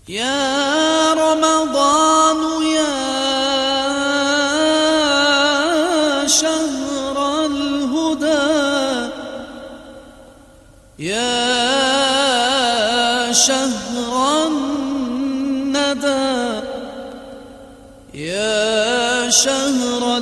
يا رمضان يا شهر الهدى، يا شهر الندى، يا شهر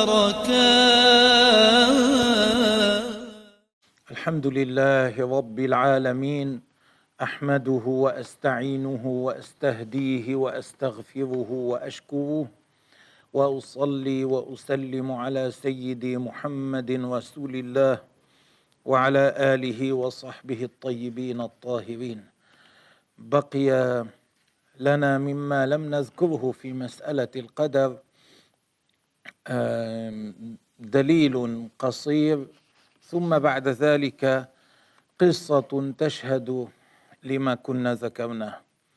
البركات. الحمد لله رب العالمين، أحمده وأستعينه وأستهديه وأستغفره وأشكره، وأصلي وأسلم على سيدي محمد رسول الله وعلى آله وصحبه الطيبين الطاهرين. بقي لنا مما لم نذكره في مسألة القدر دليل قصير، ثم بعد ذلك قصة تشهد لما كنا ذكرناه.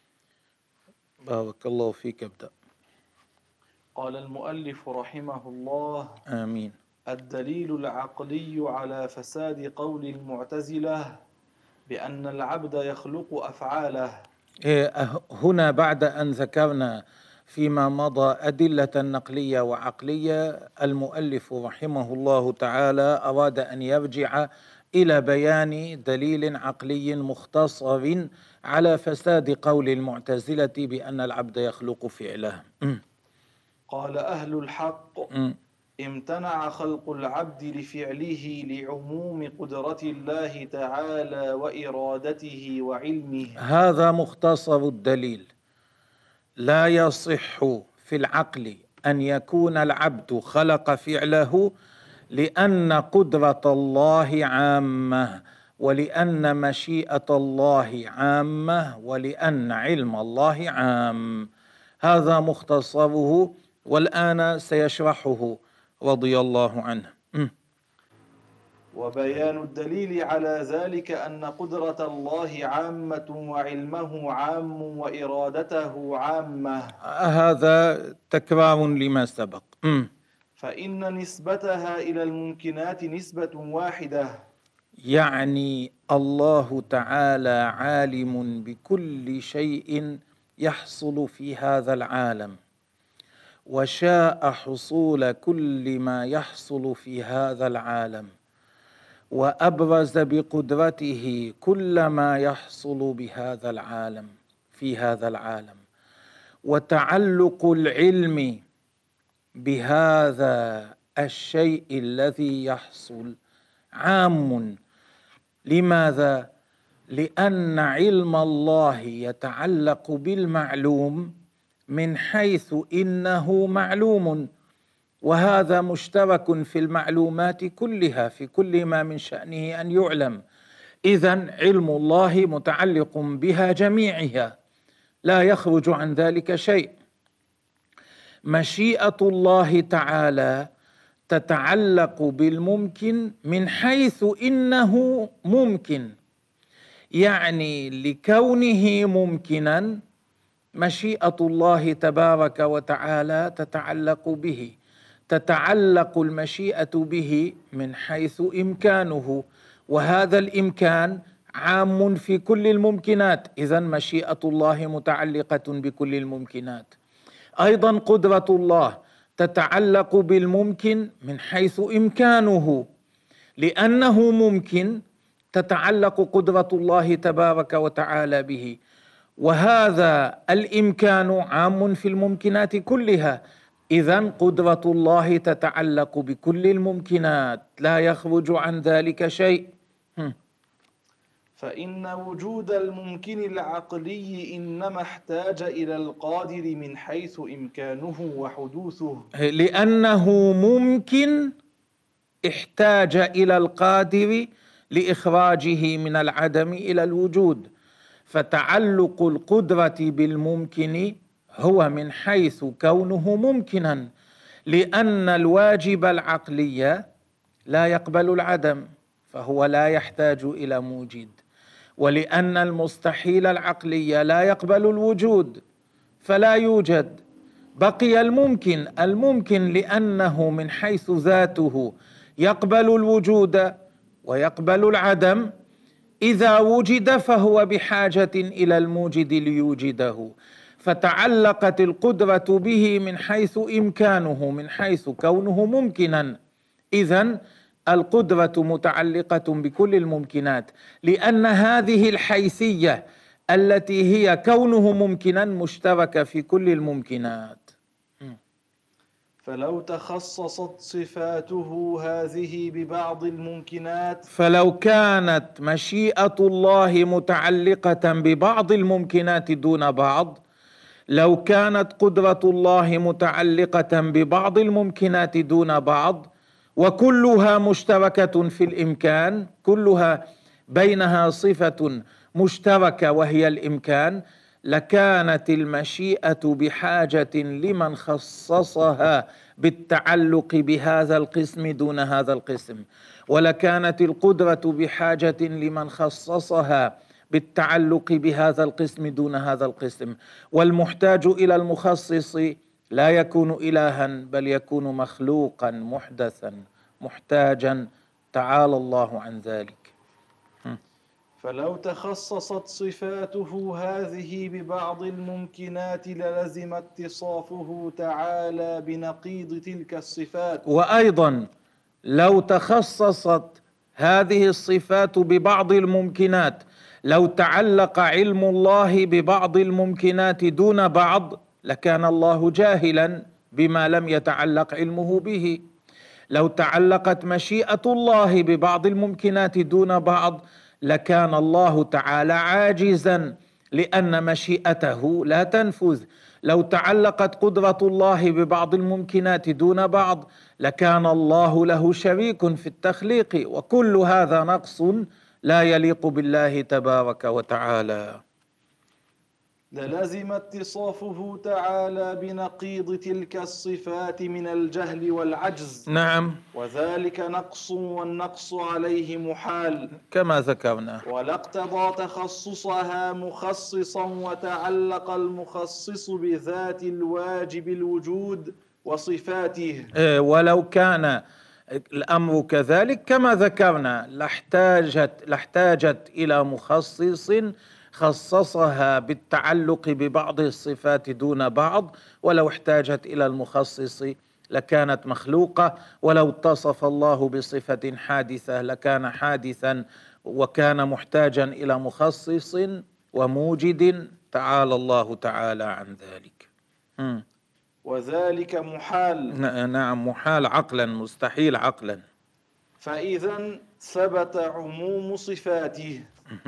بارك الله فيك. ابدأ. قال المؤلف رحمه الله: آمين. الدليل العقلي على فساد قول المعتزلة بأن العبد يخلق أفعاله. هنا بعد أن ذكرنا فيما مضى أدلة نقلية وعقلية، المؤلف رحمه الله تعالى أراد أن يرجع إلى بيان دليل عقلي مختصر على فساد قول المعتزلة بأن العبد يخلق فعله. قال أهل الحق: امتنع خلق العبد لفعله لعموم قدرة الله تعالى وإرادته وعلمه. هذا مختصر الدليل. لا يصح في العقل أن يكون العبد خلق فعله لأن قدرة الله عامة، ولأن مشيئة الله عامة، ولأن علم الله عام. هذا مختصره، والآن سيشرحه رضي الله عنه. وبيان الدليل على ذلك أن قدرة الله عامة وعلمه عام وإرادته عامة. هذا تكرار لما سبق. فإن نسبتها إلى الممكنات نسبة واحدة، يعني الله تعالى عالم بكل شيء يحصل في هذا العالم، وشاء حصول كل ما يحصل في هذا العالم، وأبرز بقدرته كل ما يحصل بهذا العالم في هذا العالم. وتعلق العلم بهذا الشيء الذي يحصل عام. لماذا؟ لأن علم الله يتعلق بالمعلوم من حيث إنه معلوم، وهذا مشترك في المعلومات كلها، في كل ما من شأنه أن يعلم. إذن علم الله متعلق بها جميعها، لا يخرج عن ذلك شيء. مشيئة الله تعالى تتعلق بالممكن من حيث إنه ممكن، يعني لكونه ممكنا مشيئة الله تبارك وتعالى تتعلق به. تتعلق المشيئة به من حيث إمكانه، وهذا الإمكان عام في كل الممكنات، إذن مشيئة الله متعلقة بكل الممكنات. أيضا قدرة الله تتعلق بالممكن من حيث إمكانه، لأنه ممكن تتعلق قدرة الله تبارك وتعالى به، وهذا الإمكان عام في الممكنات كلها. إذن قدرة الله تتعلق بكل الممكنات، لا يخرج عن ذلك شيء. فإن وجود الممكن العقلي إنما احتاج إلى القادر من حيث إمكانه وحدوثه. لأنه ممكن احتاج إلى القادر لإخراجه من العدم إلى الوجود. فتعلق القدرة بالممكن هو من حيث كونه ممكنا، لأن الواجب العقلي لا يقبل العدم، فهو لا يحتاج إلى موجد، ولأن المستحيل العقلي لا يقبل الوجود فلا يوجد. بقي الممكن لأنه من حيث ذاته يقبل الوجود ويقبل العدم، إذا وجد فهو بحاجة إلى الموجد ليوجده، فتعلقت القدرة به من حيث إمكانه، من حيث كونه ممكنا. إذن القدرة متعلقة بكل الممكنات، لأن هذه الحيثية التي هي كونه ممكنا مشتركة في كل الممكنات. فلو تخصصت صفاته هذه ببعض الممكنات، فلو كانت مشيئة الله متعلقة ببعض الممكنات دون بعض، لو كانت قدرة الله متعلقة ببعض الممكنات دون بعض، وكلها مشتركة في الإمكان، كلها بينها صفة مشتركة وهي الإمكان، لكانت المشيئة بحاجة لمن خصصها بالتعلق بهذا القسم دون هذا القسم، ولكانت القدرة بحاجة لمن خصصها بالتعلق بهذا القسم دون هذا القسم. والمحتاج إلى المخصص لا يكون إلها، بل يكون مخلوقا محدثا محتاجا، تعالى الله عن ذلك. فلو تخصصت صفاته هذه ببعض الممكنات للزم اتصافه تعالى بنقيض تلك الصفات. وأيضا لو تخصصت هذه الصفات ببعض الممكنات، لو تعلق علم الله ببعض الممكنات دون بعض، لكان الله جاهلا بما لم يتعلق علمه به. لو تعلقت مشيئة الله ببعض الممكنات دون بعض، لكان الله تعالى عاجزا لأن مشيئته لا تنفذ. لو تعلقت قدرة الله ببعض الممكنات دون بعض، لكان الله له شريك في التخليق، وكل هذا نقص لا يليق بالله تبارك وتعالى. للزم اتصافه تعالى بنقيض تلك الصفات من الجهل والعجز. نعم، وذلك نقص، والنقص عليه محال كما ذكرنا. ولا اقتضى تخصصها مخصصا، وتعلق المخصص بذات الواجب الوجود وصفاته. ولو كان الأمر كذلك كما ذكرنا لاحتاجت إلى مخصص خصصها بالتعلق ببعض الصفات دون بعض، ولو احتاجت إلى المخصص لكانت مخلوقة، ولو اتصف الله بصفة حادثة لكان حادثا، وكان محتاجا إلى مخصص وموجد، تعالى الله تعالى عن ذلك. وذلك محال. نعم، محال عقلا، مستحيل عقلا. فإذا ثبت عموم صفاته.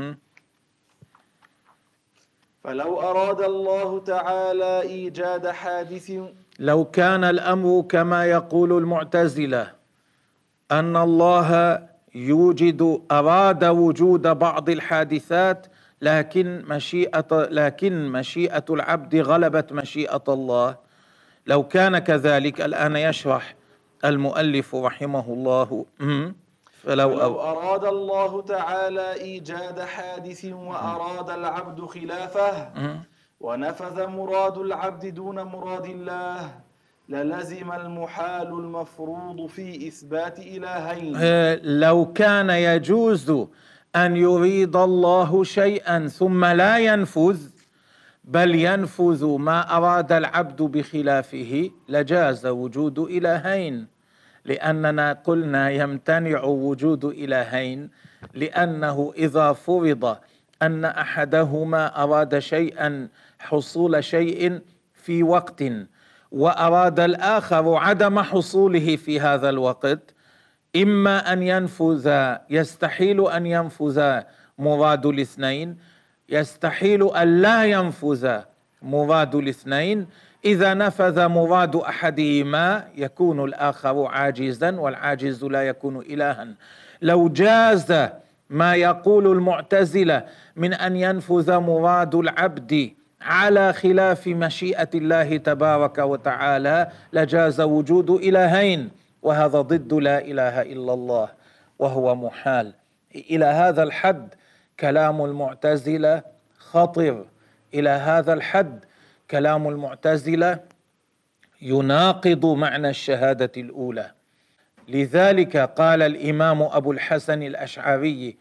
فلو أراد الله تعالى إيجاد حادث، لو كان الأمر كما يقول المعتزلة أن الله أراد وجود بعض الحادثات، لكن مشيئة العبد غلبت مشيئة الله، لو كان كذلك، الآن يشرح المؤلف رحمه الله. فلو أراد الله تعالى إيجاد حادث وأراد العبد خلافه، ونفذ مراد العبد دون مراد الله، للزم المحال المفروض في إثبات إلهين. لو كان يجوز أن يريد الله شيئا ثم لا ينفذ، بل ينفذ ما أراد العبد بخلافه، لجاز وجود إلهين، لأننا قلنا يمتنع وجود إلهين، لأنه إذا فرض أن أحدهما أراد شيئا، حصول شيء في وقت، وأراد الآخر عدم حصوله في هذا الوقت، إما أن ينفذ، يستحيل أن ينفذ مراد الاثنين، يستحيل أن لا ينفذ مراد الاثنين. إذا نفذ مراد أحدهما يكون الآخر عاجزا، والعاجز لا يكون إلها. لو جاز ما يقول المعتزلة من أن ينفذ مراد العبد على خلاف مشيئة الله تبارك وتعالى، لجاز وجود إلهين، وهذا ضد لا إله إلا الله، وهو محال. إلى هذا الحد كلام المعتزلة خطر، إلى هذا الحد كلام المعتزلة يناقض معنى الشهادة الأولى. لذلك قال الإمام أبو الحسن الأشعري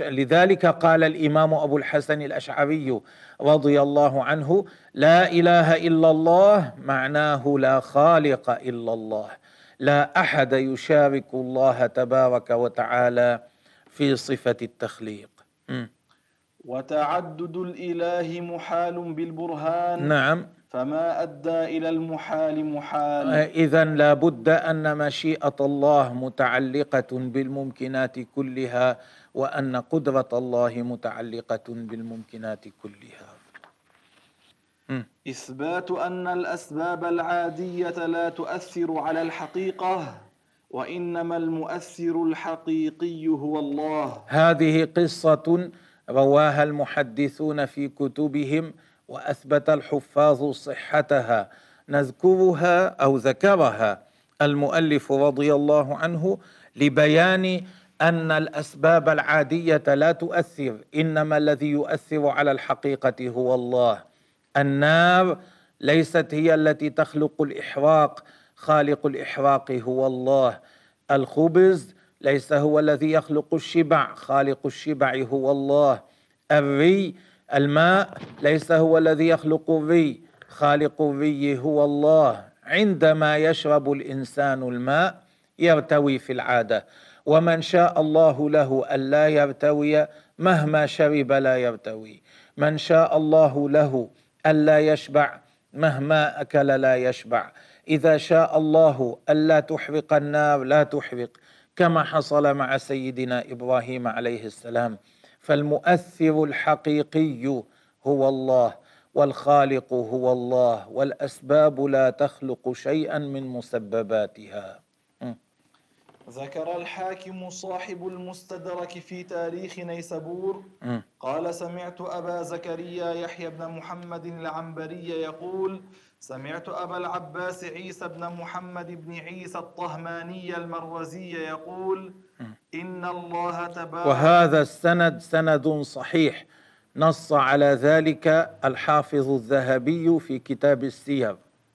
رضي الله عنه: لا إله إلا الله معناه لا خالق إلا الله، لا أحد يشارك الله تبارك وتعالى في صفة التخليق. وتعدد الإله محال بالبرهان. نعم. فما أدى إلى المحال محال. إذن لا بد أن مشيئة الله متعلقة بالممكنات كلها، وأن قدرة الله متعلقة بالممكنات كلها. إثبات أن الأسباب العادية لا تؤثر على الحقيقة، وإنما المؤثر الحقيقي هو الله. هذه قصة رواها المحدثون في كتبهم وأثبت الحفاظ صحتها، ذكرها المؤلف رضي الله عنه لبيان أن الأسباب العادية لا تؤثر، إنما الذي يؤثر على الحقيقة هو الله. النار ليست هي التي تخلق الإحراق، خالق الإحراق هو الله. الخبز ليس هو الذي يخلق الشبع، خالق الشبع هو الله. الماء ليس هو الذي يخلق الري، خالق الري هو الله. عندما يشرب الإنسان الماء يرتوي في العادة، ومن شاء الله له ألا يرتوي مهما شرب لا يرتوي، من شاء الله له ألا يشبع مهما أكل لا يشبع. إذا شاء الله ألا تحرق النار لا تحرق، كما حصل مع سيدنا إبراهيم عليه السلام. فالمؤثر الحقيقي هو الله، والخالق هو الله، والأسباب لا تخلق شيئا من مسبباتها. ذكر الحاكم صاحب المستدرك في تاريخ نيسابور قال: سمعت أبا زكريا يحيى بن محمد العنبري يقول: سمعت أبا العباس عيسى بن محمد بن عيسى الطهماني المروزي يقول: إن الله تبارك. وهذا السند سند صحيح، نص على ذلك الحافظ الذهبي في كتاب السير.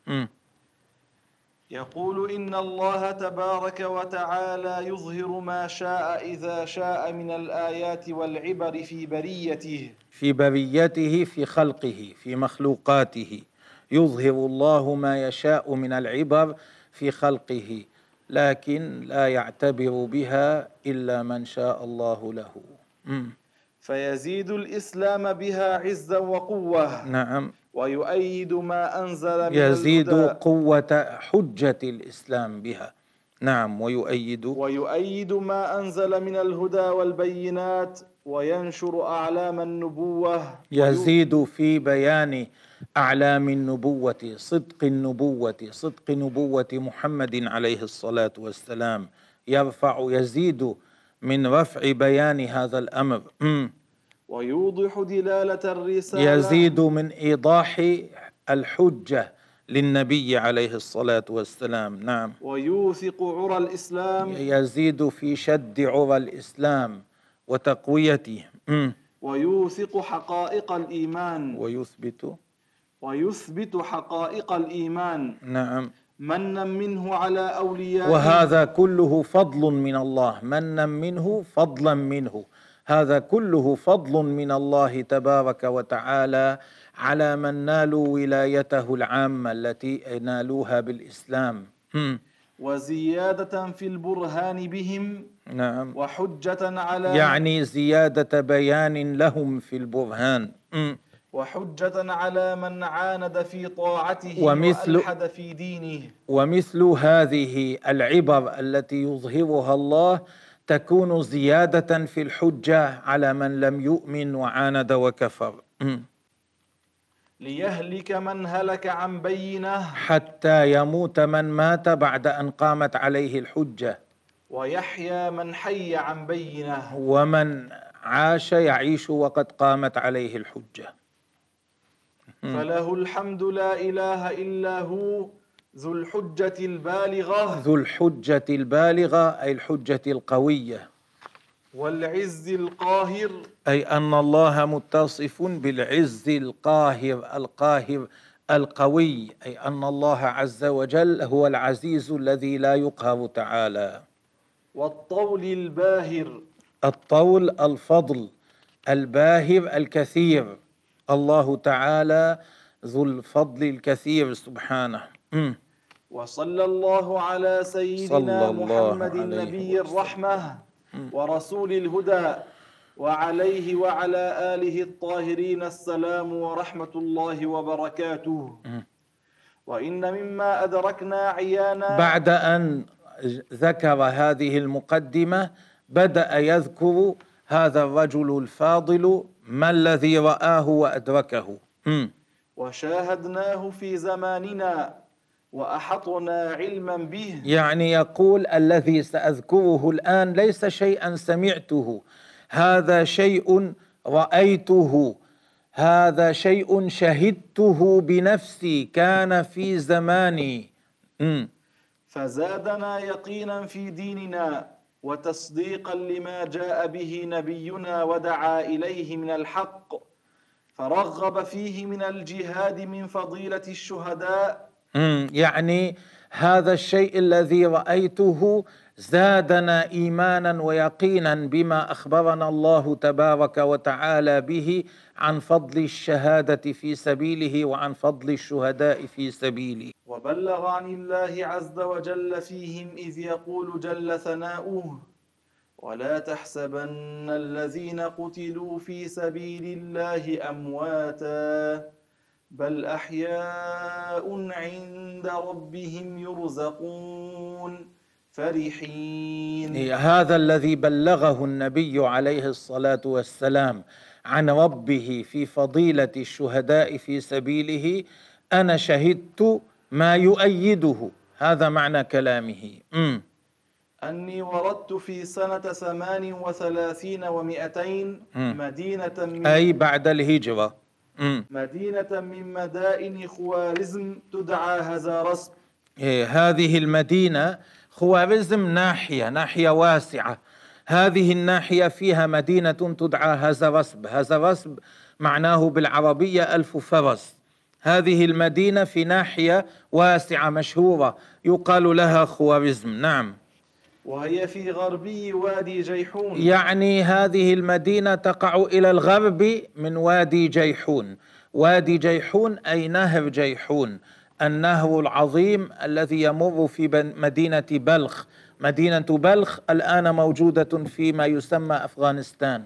يقول: إن الله تبارك وتعالى يظهر ما شاء إذا شاء من الآيات والعبر في بريته، في خلقه، في مخلوقاته. يظهر الله ما يشاء من العبر في خلقه، لكن لا يعتبر بها إلا من شاء الله له. فيزيد الإسلام بها عزا وقوة. نعم. ويؤيد ما أنزل من يزيد الهدى. قوة حجة الإسلام بها. نعم. ويؤيد ما أنزل من الهدى والبينات، وينشر أعلام النبوة. يزيد في بيان أعلام النبوة، صدق نبوة محمد عليه الصلاة والسلام. يزيد من رفع بيان هذا الأمر. ويوضح دلالة الرسالة. يزيد من إيضاح الحجة للنبي عليه الصلاة والسلام. نعم. ويوثق عرى الإسلام. يزيد في شد عرى الإسلام وتقويته. ويوثق حقائق الإيمان. ويثبت حقائق الإيمان. نعم. منا منه على أوليائه. وهذا كله فضل من الله، منا منه فضلا منه، هذا كله فضل من الله تبارك وتعالى على من نالوا ولايته العامة التي نالوها بالإسلام. وزيادة في البرهان بهم. نعم. وحجة على، يعني زيادة بيان لهم في البرهان. وحجة على من عاند في طاعته وألحد في دينه. ومثل هذه العبر التي يظهرها الله تكون زيادة في الحجة على من لم يؤمن وعاند وكفر. ليهلك من هلك عن بينه، حتى يموت من مات بعد أن قامت عليه الحجة، ويحيى من حي عن بينه، ومن عاش يعيش وقد قامت عليه الحجة. فله الحمد لا إله إلا هو ذو الحجة البالغة. ذو الحجة البالغة أي الحجة القوية. والعز القاهر أي أن الله متصف بالعز القاهر القوي، أي أن الله عز وجل هو العزيز الذي لا يقهر تعالى. والطول الباهر. الطول الفضل، الباهر الكثير، الله تعالى ذو الفضل الكثير سبحانه. وصلى الله على سيدنا محمد عليه نبي الرحمة ورسول الهدى وعليه وعلى آله الطاهرين السلام ورحمة الله وبركاته. وإن مما أدركنا عيانا. بعد أن ذكر هذه المقدمة بدأ يذكر هذا الرجل الفاضل ما الذي رآه وأدركه. وشاهدناه في زماننا وأحطنا علما به. يعني يقول الذي سأذكره الآن ليس شيئا سمعته، هذا شيء رأيته، هذا شيء شهدته بنفسي، كان في زماني. فزادنا يقينا في ديننا وتصديقا لما جاء به نبينا ودعا إليه من الحق، فرغب فيه من الجهاد من فضيلة الشهداء. يعني هذا الشيء الذي رأيته زادنا إيمانا ويقينا بما أخبرنا الله تبارك وتعالى به عن فضل الشهادة في سبيله وعن فضل الشهداء في سبيله. وبلغ عن الله عز وجل فيهم إذ يقول جل ثناؤه: ولا تحسبن الذين قتلوا في سبيل الله أمواتا بل أحياء عند ربهم يرزقون فرحين. هذا الذي بلغه النبي عليه الصلاة والسلام عن ربه في فضيلة الشهداء في سبيله، أنا شهدت ما يؤيده، هذا معنى كلامه. أني وردت في سنة 38 و200 مدينة أي بعد الهجرة، مدينة من مدائن خوارزم تدعى هزارسب. هذه المدينة خوارزم ناحية واسعة، هذه الناحية فيها مدينة تدعى هزارسب. هزارسب معناه بالعربية 1000 فرس. هذه المدينة في ناحية واسعة مشهورة يقال لها خوارزم. نعم. وهي في غربي وادي جيحون. يعني هذه المدينة تقع إلى الغرب من وادي جيحون. وادي جيحون أي نهر جيحون، النهر العظيم الذي يمر في مدينة بلخ. مدينة بلخ الآن موجودة فيما يسمى أفغانستان.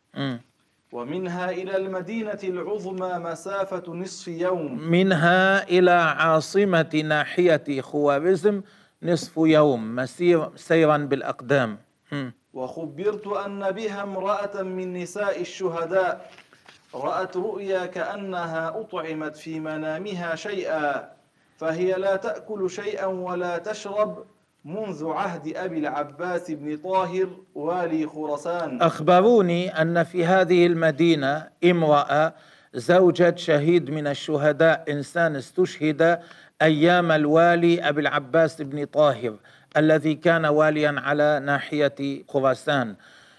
ومنها إلى المدينة العظمى مسافة نصف يوم. منها إلى عاصمة ناحية خوارزم نصف يوم سيرا بالأقدام. وخبرت أن بها امرأة من نساء الشهداء رأت رؤيا كأنها أطعمت في منامها شيئا، فهي لا تأكل شيئا ولا تشرب منذ عهد أبي العباس بن طاهر والي خراسان. أخبروني أن في هذه المدينة امرأة زوجة شهيد من الشهداء، إنسان استشهد أيام الوالي أبي العباس بن طاهر الذي كان واليا على ناحية خراسان.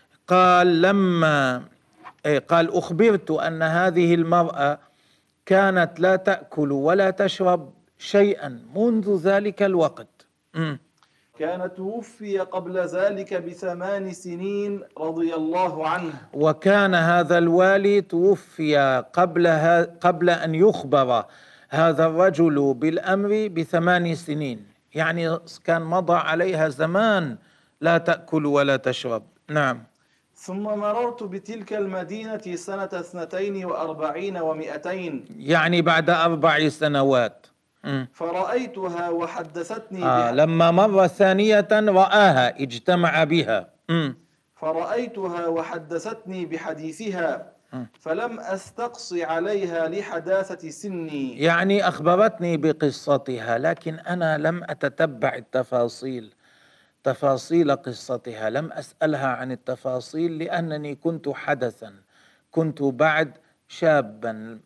قال أخبرت أن هذه المرأة كانت لا تأكل ولا تشرب شيئا منذ ذلك الوقت. كانت توفي قبل ذلك ب8 سنين رضي الله عنه. وكان هذا الوالي توفي قبل أن يخبر هذا الرجل بالأمر ب8 سنين، يعني كان مضى عليها زمان لا تأكل ولا تشرب. نعم. ثم مررت بتلك المدينة سنة 42 و200، يعني بعد 4 سنوات. فرأيتها وحدثتني لما مر ثانية رآها، اجتمع بها. فرأيتها وحدثتني بحديثها فلم أستقص عليها لحداثة سني. يعني أخبرتني بقصتها لكن أنا لم أتتبع تفاصيل قصتها، لم أسألها عن التفاصيل لأنني كنت حدثا، كنت بعد شابا،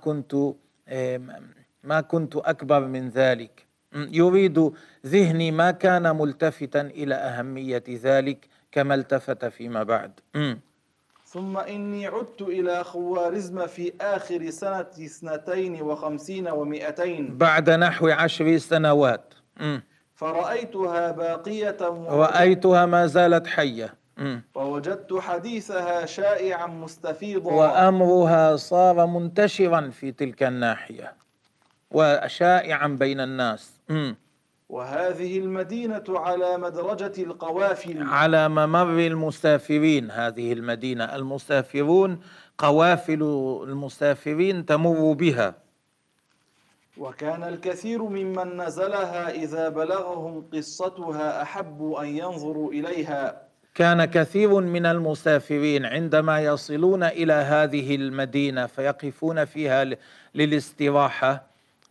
ما كنت أكبر من ذلك. يريد ذهني ما كان ملتفتا إلى أهمية ذلك كما التفت فيما بعد. ثم إني عدت إلى خوارزم في آخر سنة 52 و200 بعد نحو 10 سنوات. فرأيتها باقية رأيتها ما زالت حية. ووجدت حديثها شائعا مستفيضا، وأمرها صار منتشرا في تلك الناحية وشائعا بين الناس. وهذه المدينة على مدرجة القوافل، على ممر المسافرين. هذه المدينة المسافرون، قوافل المسافرين تمر بها. وكان الكثير ممن نزلها إذا بلغهم قصتها أحبوا أن ينظروا إليها. كان كثير من المسافرين عندما يصلون إلى هذه المدينة فيقفون فيها للاستراحة،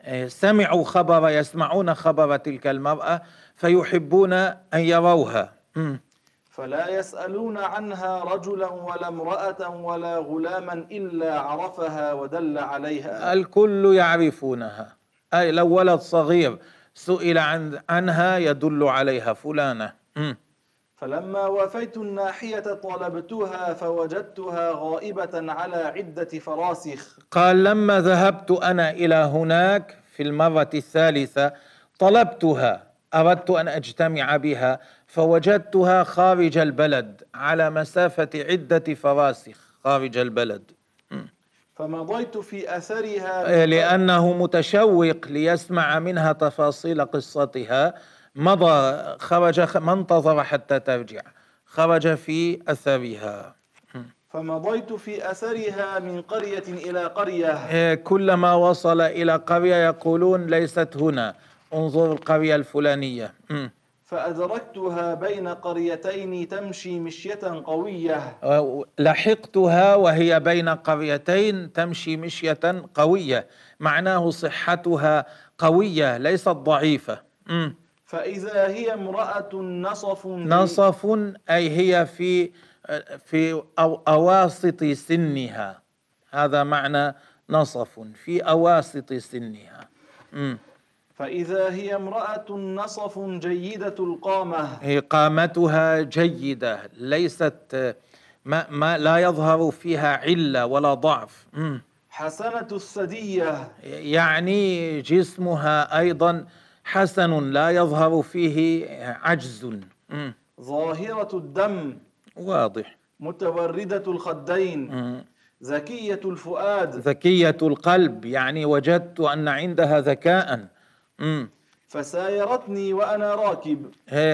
يسمعون خبر تلك المرأة فيحبون أن يروها. فلا يسألون عنها رجلا ولا امرأة ولا غلاما إلا عرفها ودل عليها. الكل يعرفونها، أي لو ولد صغير سئل عنها يدل عليها فلانة. فلما وفيت الناحية طلبتها فوجدتها غائبة على عدة فراسخ. قال لما ذهبت أنا إلى هناك في المرة الثالثة طلبتها، أردت أن أجتمع بها فوجدتها خارج البلد على مسافة عدة فراسخ خارج البلد. فمضيت في أثرها لأنه متشوق ليسمع منها تفاصيل قصتها، مضى خرج ما انتظر حتى ترجع، خرج في أثرها. فمضيت في أثرها من قرية إلى قرية، كلما وصل إلى قرية يقولون ليست هنا، انظر القرية الفلانية. فأدركتها بين قريتين تمشي مشية قوية. لحقتها وهي بين قريتين تمشي مشية قوية، معناه صحتها قوية ليست ضعيفة. فإذا هي امرأة نصف أي هي في أواسط سنها، هذا معنى نصف، في أواسط سنها. فإذا هي امرأة نصف جيدة القامة، قامتها جيدة، ليست لا يظهر فيها علة ولا ضعف. حسنة الثدية، يعني جسمها أيضا حسن لا يظهر فيه عجز. ظاهرة الدم، واضح. متوردة الخدين، ذكية الفؤاد، ذكية القلب، يعني وجدت أن عندها ذكاء. فسايرتني وأنا راكب،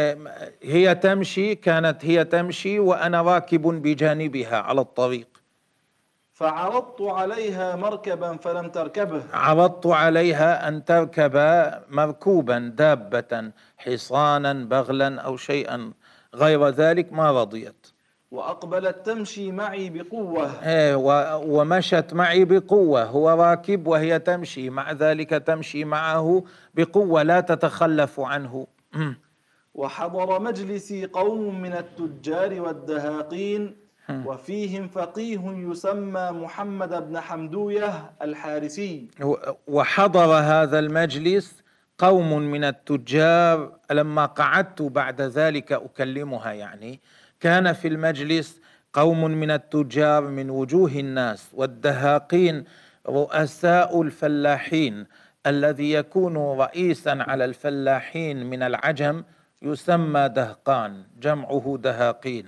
كانت هي تمشي وأنا راكب بجانبها على الطريق. فعرضت عليها مركبا فلم تركبه، عرضت عليها أن تركب مركوبا دابة، حصانا بغلا أو شيئا غير ذلك، ما رضيت. وأقبلت تمشي معي بقوة، ومشت معي بقوة، هو راكب وهي تمشي، مع ذلك تمشي معه بقوة لا تتخلف عنه. وحضر مجلسي قوم من التجار والدهاقين، وفيهم فقيه يسمى محمد بن حمدوية الحارسي. وحضر هذا المجلس قوم من التجار، لما قعدت بعد ذلك أكلمها، يعني كان في المجلس قوم من التجار من وجوه الناس، والدهاقين رؤساء الفلاحين، الذي يكون رئيسا على الفلاحين من العجم يسمى دهقان، جمعه دهاقين.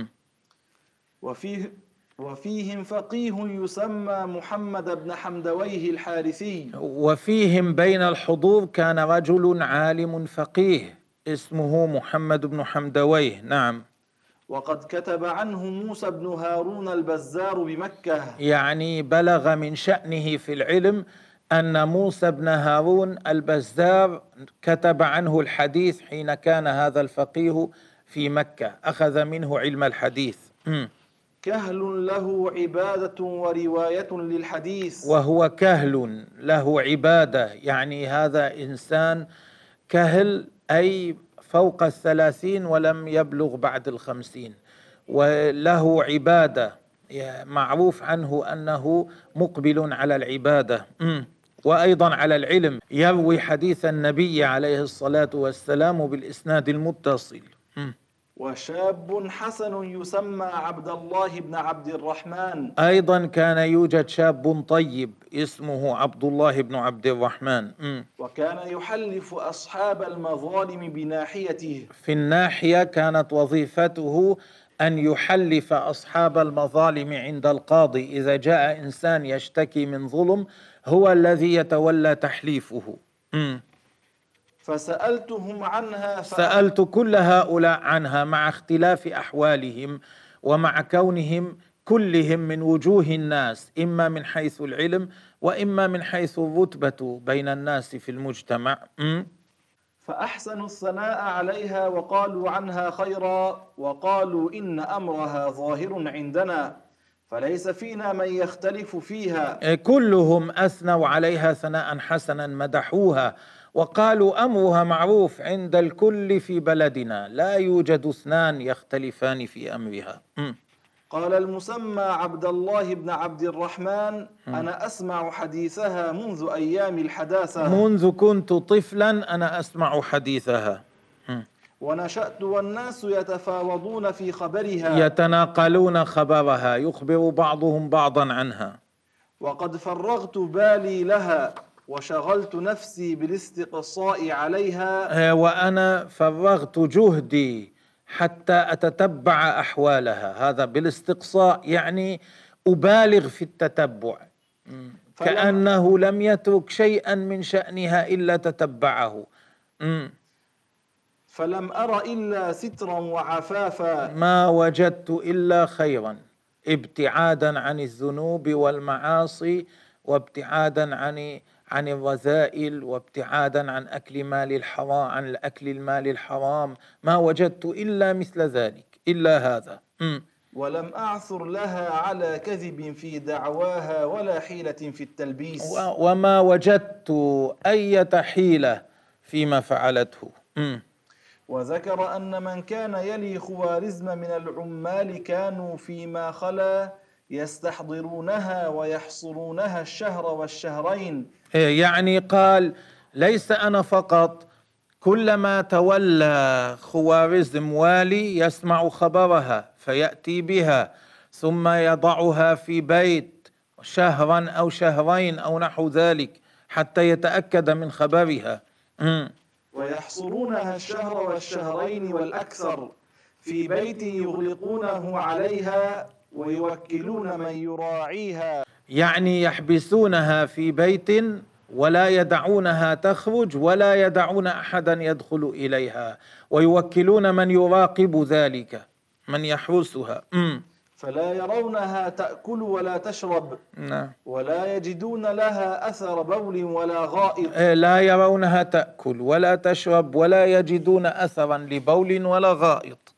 وفيهم فقيه يسمى محمد بن حمدويه الحارثي. وفيهم بين الحضور كان رجل عالم فقيه اسمه محمد بن حمدويه. نعم. وقد كتب عنه موسى بن هارون البزار بمكة، يعني بلغ من شأنه في العلم أن موسى بن هارون البزار كتب عنه الحديث حين كان هذا الفقيه في مكة، أخذ منه علم الحديث. كهل له عبادة ورواية للحديث. وهو كهل له عبادة، يعني هذا إنسان كهل، أي فوق 30 ولم يبلغ بعد 50، وله عبادة، معروف عنه أنه مقبل على العبادة وأيضا على العلم، يروي حديث النبي عليه الصلاة والسلام بالإسناد المتصل. وشاب حسن يسمى عبد الله بن عبد الرحمن. أيضا كان يوجد شاب طيب اسمه عبد الله بن عبد الرحمن. وكان يحلف أصحاب المظالم بناحيته. في الناحية كانت وظيفته أن يحلف أصحاب المظالم عند القاضي. إذا جاء إنسان يشتكي من ظلم هو الذي يتولى تحليفه. فسألتهم عنها سألت كل هؤلاء عنها مع اختلاف أحوالهم ومع كونهم كلهم من وجوه الناس، إما من حيث العلم وإما من حيث الرتبة بين الناس في المجتمع. فأحسنوا الثناء عليها وقالوا عنها خيرا، وقالوا إن أمرها ظاهر عندنا فليس فينا من يختلف فيها. كلهم أثنوا عليها ثناء حسنا، مدحوها وقالوا أمرها معروف عند الكل في بلدنا، لا يوجد اثنان يختلفان في أمرها. قال المسمى عبد الله بن عبد الرحمن: أنا أسمع حديثها منذ أيام الحداثة. منذ كنت طفلا أنا أسمع حديثها. ونشأت والناس يتفاوضون في خبرها، يتناقلون خبرها، يخبر بعضهم بعضا عنها. وقد فرغت بالي لها وشغلت نفسي بالاستقصاء عليها. وأنا فرغت جهدي حتى أتتبع أحوالها. هذا بالاستقصاء يعني أبالغ في التتبع، كأنه لم يترك شيئا من شأنها إلا تتبعه. فلم أر إلا سترا وعفافا. ما وجدت إلا خيرا، ابتعادا عن الذنوب والمعاصي، وابتعادا عن الرذائل، وابتعادا عن أكل مال الحرام، عن أكل المال الحرام. ما وجدت إلا مثل ذلك، إلا هذا. ولم أعثر لها على كذب في دعواها ولا حيلة في التلبيس. وما وجدت أي حيلة فيما فعلته. وذكر أن من كان يلي خوارزم من العمال كانوا فيما خلا يستحضرونها ويحصرونها الشهر والشهرين. يعني قال ليس أنا فقط، كلما تولى خوارزم والي يسمع خبرها فيأتي بها ثم يضعها في بيت شهرا أو شهرين أو نحو ذلك حتى يتأكد من خبرها. ويحصرونها الشهر والشهرين والأكثر في بيت يغلقونه عليها ويوكلون من يراعيها. يعني يحبسونها في بيت ولا يدعونها تخرج ولا يدعون أحدا يدخل إليها، ويوكلون من يراقب ذلك، من يحرسها. فلا يرونها تأكل ولا تشرب. نعم. ولا يجدون لها أثر بول ولا غائط. لا يرونها تأكل ولا تشرب ولا يجدون أثرا لبول ولا غائط.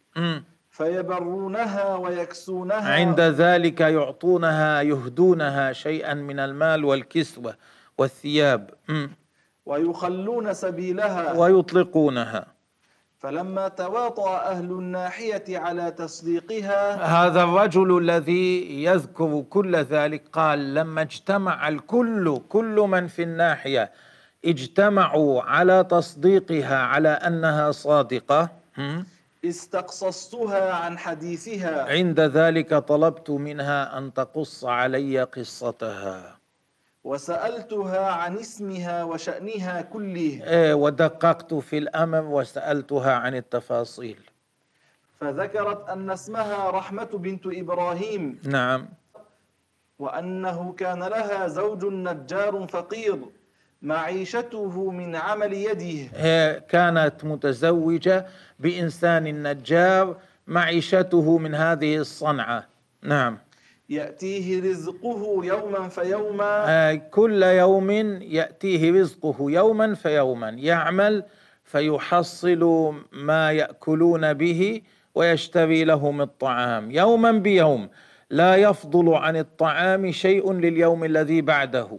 فيبرونها ويكسونها. عند ذلك يعطونها، يهدونها شيئا من المال والكسوة والثياب. ويخلون سبيلها ويطلقونها. فلما تواطأ أهل الناحية على تصديقها، هذا الرجل الذي يذكر كل ذلك قال لما اجتمع الكل، كل من في الناحية اجتمعوا على تصديقها على أنها صادقة، استقصصتها عن حديثها. عند ذلك طلبت منها أن تقص علي قصتها، وسألتها عن اسمها وشأنها كله. ودققت في الأمر وسألتها عن التفاصيل. فذكرت أن اسمها رحمة بنت إبراهيم. نعم. وأنه كان لها زوج نجار فقير معيشته من عمل يده. كانت متزوجة بإنسان نجار معيشته من هذه الصنعة. نعم. يأتيه رزقه يوما فيوما. كل يوم يأتيه رزقه يوما فيوما، يعمل فيحصل ما يأكلون به ويشتري لهم الطعام يوما بيوم، لا يفضل عن الطعام شيء لليوم الذي بعده.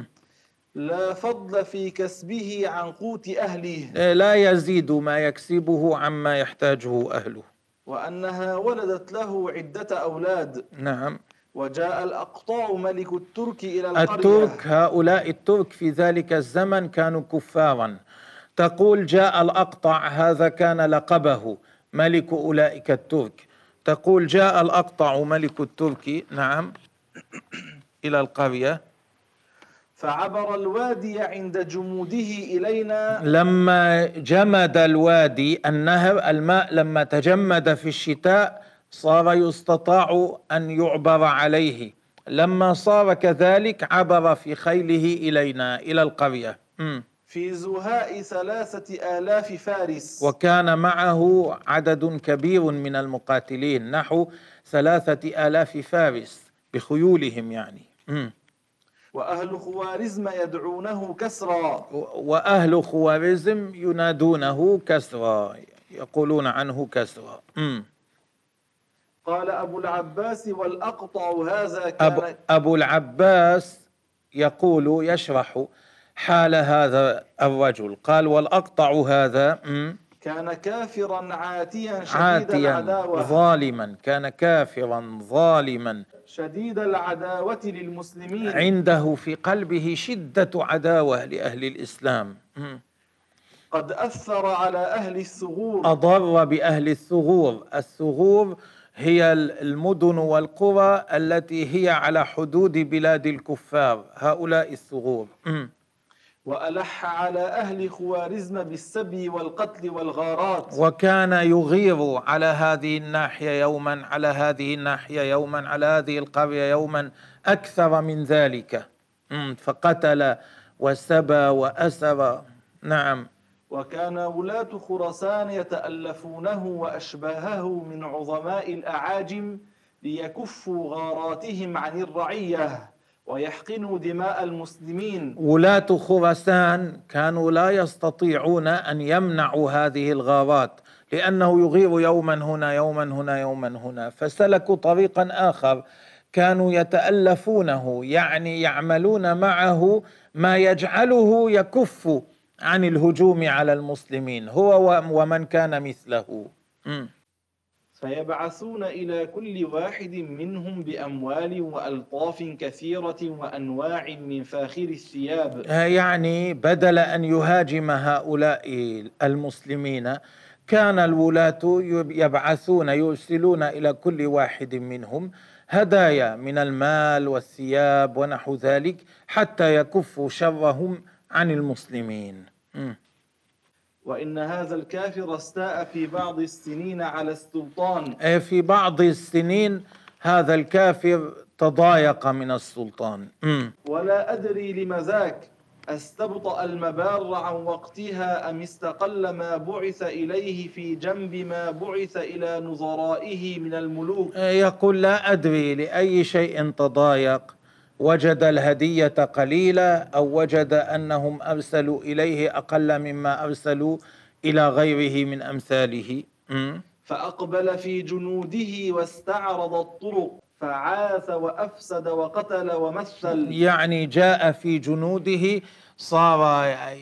لا فضل في كسبه عن قوت أهله. لا يزيد ما يكسبه عما يحتاجه أهله. وأنها ولدت له عدة أولاد. نعم. وجاء الأقطاع ملك الترك إلى القرية. الترك، هؤلاء الترك في ذلك الزمن كانوا كفارا. تقول جاء الأقطع، هذا كان لقبه، ملك أولئك الترك. تقول جاء الأقطع ملك الترك، نعم، إلى القرية، فعبر الوادي عند جموده إلينا. لما جمد الوادي النهر، الماء لما تجمد في الشتاء صار يستطاع أن يعبر عليه، لما صار كذلك عبر في خيله إلينا إلى القرية. في زهاء 3000 فارس، وكان معه عدد كبير من المقاتلين، نحو 3000 فارس بخيولهم يعني. وأهل خوارزم يدعونه كسرى، وأهل خوارزم ينادونه كسرى، يقولون عنه كسرى. قال أبو العباس والأقطع هذا كان أبو العباس يقول يشرح حال هذا الرجل، قال والأقطع هذا كان كافرا عاتيا شديد العداوة، ظالما، كان كافرا ظالما شديد العداوة للمسلمين، عنده في قلبه شدة عداوة لأهل الإسلام، قد أثر على أهل الثغور، أضر بأهل الثغور. الثغور هي المدن والقرى التي هي على حدود بلاد الكفار، هؤلاء الثغور. وألح على أهل خوارزم بالسبي والقتل والغارات، وكان يغير على هذه الناحية يوما، على هذه الناحية يوما، على هذه القرية يوما، أكثر من ذلك، فقتل وسبى وأسر. نعم. وكان ولاة خراسان يتألفونه وأشباهه من عظماء الأعاجم ليكفوا غاراتهم عن الرعية ويحقنوا دماء المسلمين. ولاة خراسان كانوا لا يستطيعون أن يمنعوا هذه الغارات، لأنه يغير يوما هنا يوما هنا يوما هنا، فسلكوا طريقا آخر، كانوا يتألفونه، يعني يعملون معه ما يجعله يكف عن الهجوم على المسلمين، هو ومن كان مثله. فيبعثون إلى كل واحد منهم بأموال وألطاف كثيرة وأنواع من فاخر الثياب، يعني بدل أن يهاجم هؤلاء المسلمين، كان الولاة يبعثون، يرسلون إلى كل واحد منهم هدايا من المال والثياب ونحو ذلك، حتى يكفوا شرهم عن المسلمين. وإن هذا الكافر استاء في بعض السنين على السلطان، في بعض السنين هذا الكافر تضايق من السلطان. ولا أدري لم ذاك، استبطأ المبار عن وقتها أم استقل ما بعث إليه في جنب ما بعث إلى نظرائه من الملوك. يقول لا أدري لأي شيء تضايق، وجد الهدية قليلة أو وجد أنهم أرسلوا إليه أقل مما أرسلوا إلى غيره من أمثاله. فأقبل في جنوده واستعرض الطرق، فعاث وأفسد وقتل ومثل، يعني جاء في جنوده، صار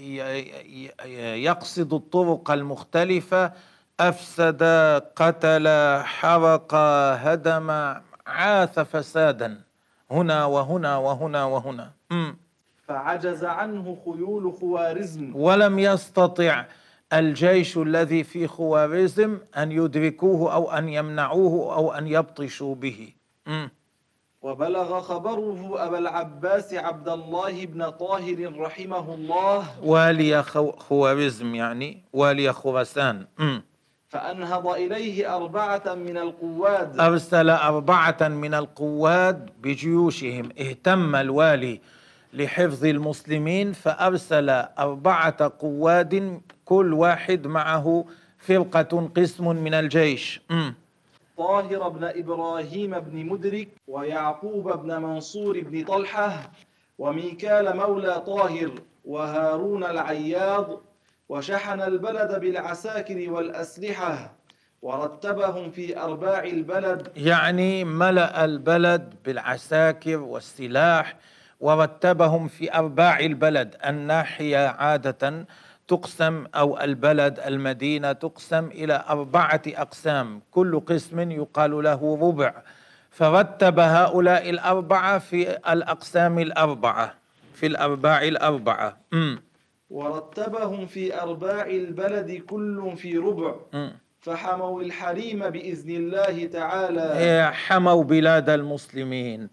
يقصد الطرق المختلفة، أفسد، قتل، حرق، هدم، عاث فسادا هنا وهنا وهنا وهنا. فعجز عنه خيول خوارزم، ولم يستطع الجيش الذي في خوارزم أن يدركوه أو أن يمنعوه أو أن يبطشوا به. وبلغ خبره أبا العباس عبد الله بن طاهر رحمه الله، والي خوارزم يعني والي خراسان، فأنهض إليه 4 من القواد، أرسل 4 من القواد بجيوشهم. اهتم الوالي لحفظ المسلمين، فأرسل 4 قواد كل واحد معه فرقة، قسم من الجيش. طاهر بن إبراهيم بن مدرك، ويعقوب بن منصور بن طلحة، وميكال مولى طاهر، وهارون العياض، وشحن البلد بالعساكر والأسلحة، ورتبهم في أرباع البلد، يعني ملأ البلد بالعساكر والسلاح، ورتبهم في أرباع البلد. الناحية عادة تقسم، أو البلد المدينة تقسم إلى 4 أقسام، كل قسم يقال له ربع، فرتب هؤلاء 4 في الأقسام 4 في الأرباع 4. ورتبهم في أرباع البلد كل في ربع، فحموا الحريم بإذن الله تعالى. حموا بلاد المسلمين.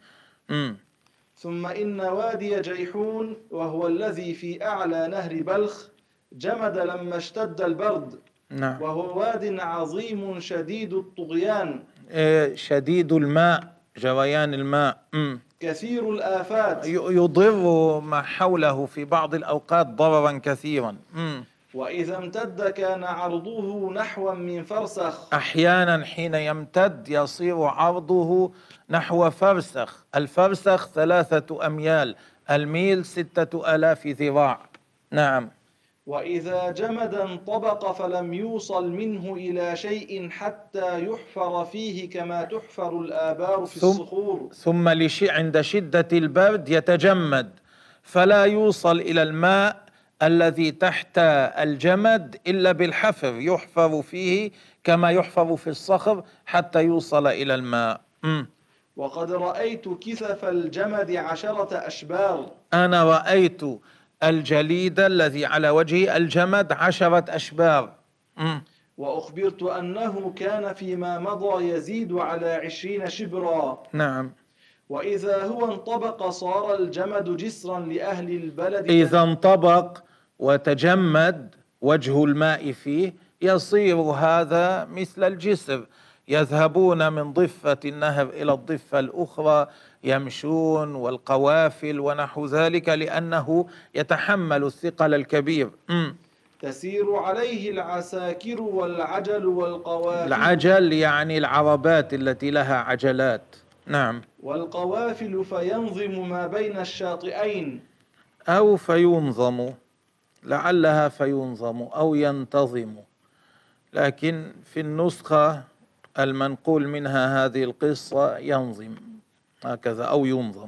ثم إن وادي جيحون وهو الذي في أعلى نهر بلخ جمد لما اشتد البرد. نعم. وهو واد عظيم شديد الطغيان، شديد الماء، جريان الماء، كثير الآفات، يضر ما حوله في بعض الأوقات ضررا كثيرا. وإذا امتد كان عرضه نحو من فرسخ. أحيانا حين يمتد يصير عرضه نحو فرسخ. الفرسخ 3 أميال، الميل 6000 ذراع. نعم. وإذا جمد انطبق فلم يوصل منه إلى شيء حتى يحفر فيه كما تحفر الآبار في الصخور. ثم عند شدة البرد يتجمد فلا يوصل إلى الماء الذي تحت الجمد إلا بالحفر، يحفر فيه كما يحفر في الصخر حتى يوصل إلى الماء. وقد رأيت كثف الجمد 10 أشبار. أنا رأيت الجليد الذي على وجه الجمد 10 أشبار. وأخبرت أنه كان فيما مضى يزيد على 20 شبرا. نعم. وإذا هو انطبق صار الجمد جسرا لأهل البلد. إذا انطبق وتجمد وجه الماء فيه يصير هذا مثل الجسر، يذهبون من ضفة النهر إلى الضفة الأخرى يمشون، والقوافل ونحو ذلك، لأنه يتحمل الثقل الكبير. تسير عليه العساكر والعجل والقوافل. العجل يعني العربات التي لها عجلات. نعم. والقوافل فينظم ما بين الشاطئين. أو فينظم، لعلها فينظم أو ينتظم، لكن في النسخة المنقول منها هذه القصة ينظم هكذا أو ينظم.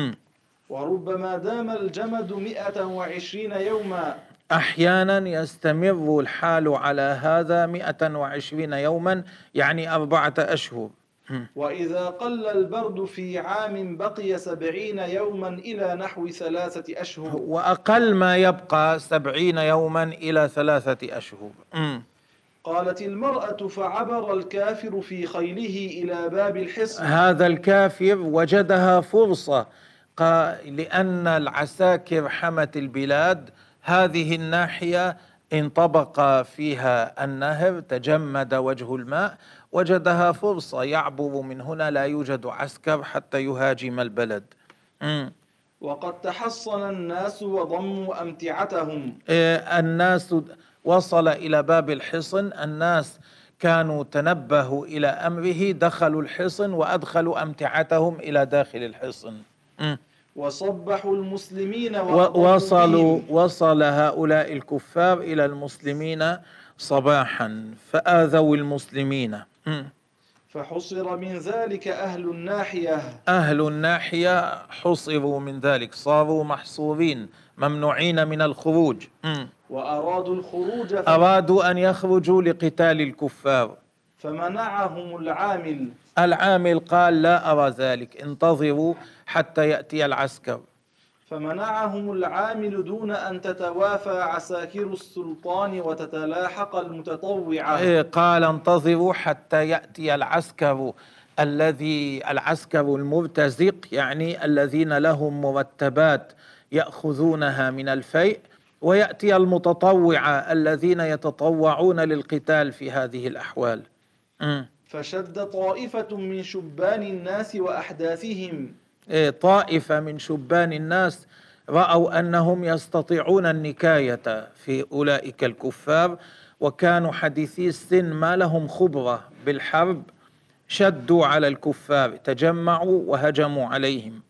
وربما دام الجمد 120 يوما. أحيانا يستمر الحال على هذا 120 يوما، يعني 4 أشهر. وإذا قل البرد في عام بقي 70 يوما إلى نحو 3 أشهر. وأقل ما يبقى 70 يوما إلى 3 أشهر. قالت المرأة فعبر الكافر في خيله إلى باب الحصن. هذا الكافر وجدها فرصة، لأن العساكر حمت البلاد، هذه الناحية انطبق فيها النهر تجمد وجه الماء، وجدها فرصة يعبر من هنا، لا يوجد عسكر حتى يهاجم البلد. وقد تحصن الناس وضموا أمتعتهم. الناس وصل إلى باب الحصن، الناس كانوا تنبهوا إلى أمره، دخلوا الحصن وأدخلوا أمتعتهم إلى داخل الحصن. وصبحوا المسلمين وصل هؤلاء الكفار إلى المسلمين صباحا فآذوا المسلمين. فحصر من ذلك أهل الناحية. أهل الناحية حصروا من ذلك، صاروا محصورين ممنوعين من الخروج. وأرادوا الخروج أرادوا أن يخرجوا لقتال الكفار، فمنعهم العامل. العامل قال لا أرى ذلك، انتظروا حتى يأتي العسكر. فمنعهم العامل دون أن تتوافى عساكر السلطان وتتلاحق المتطوعة. قال انتظروا حتى يأتي العسكر العسكر المرتزق، يعني الذين لهم مرتبات يأخذونها من الفيء، ويأتي المتطوعة الذين يتطوعون للقتال في هذه الأحوال. فشد طائفة من شبان الناس وأحداثهم. طائفة من شبان الناس رأوا أنهم يستطيعون النكاية في أولئك الكفار، وكانوا حديثي السن ما لهم خبرة بالحرب، شدوا على الكفار، تجمعوا وهجموا عليهم.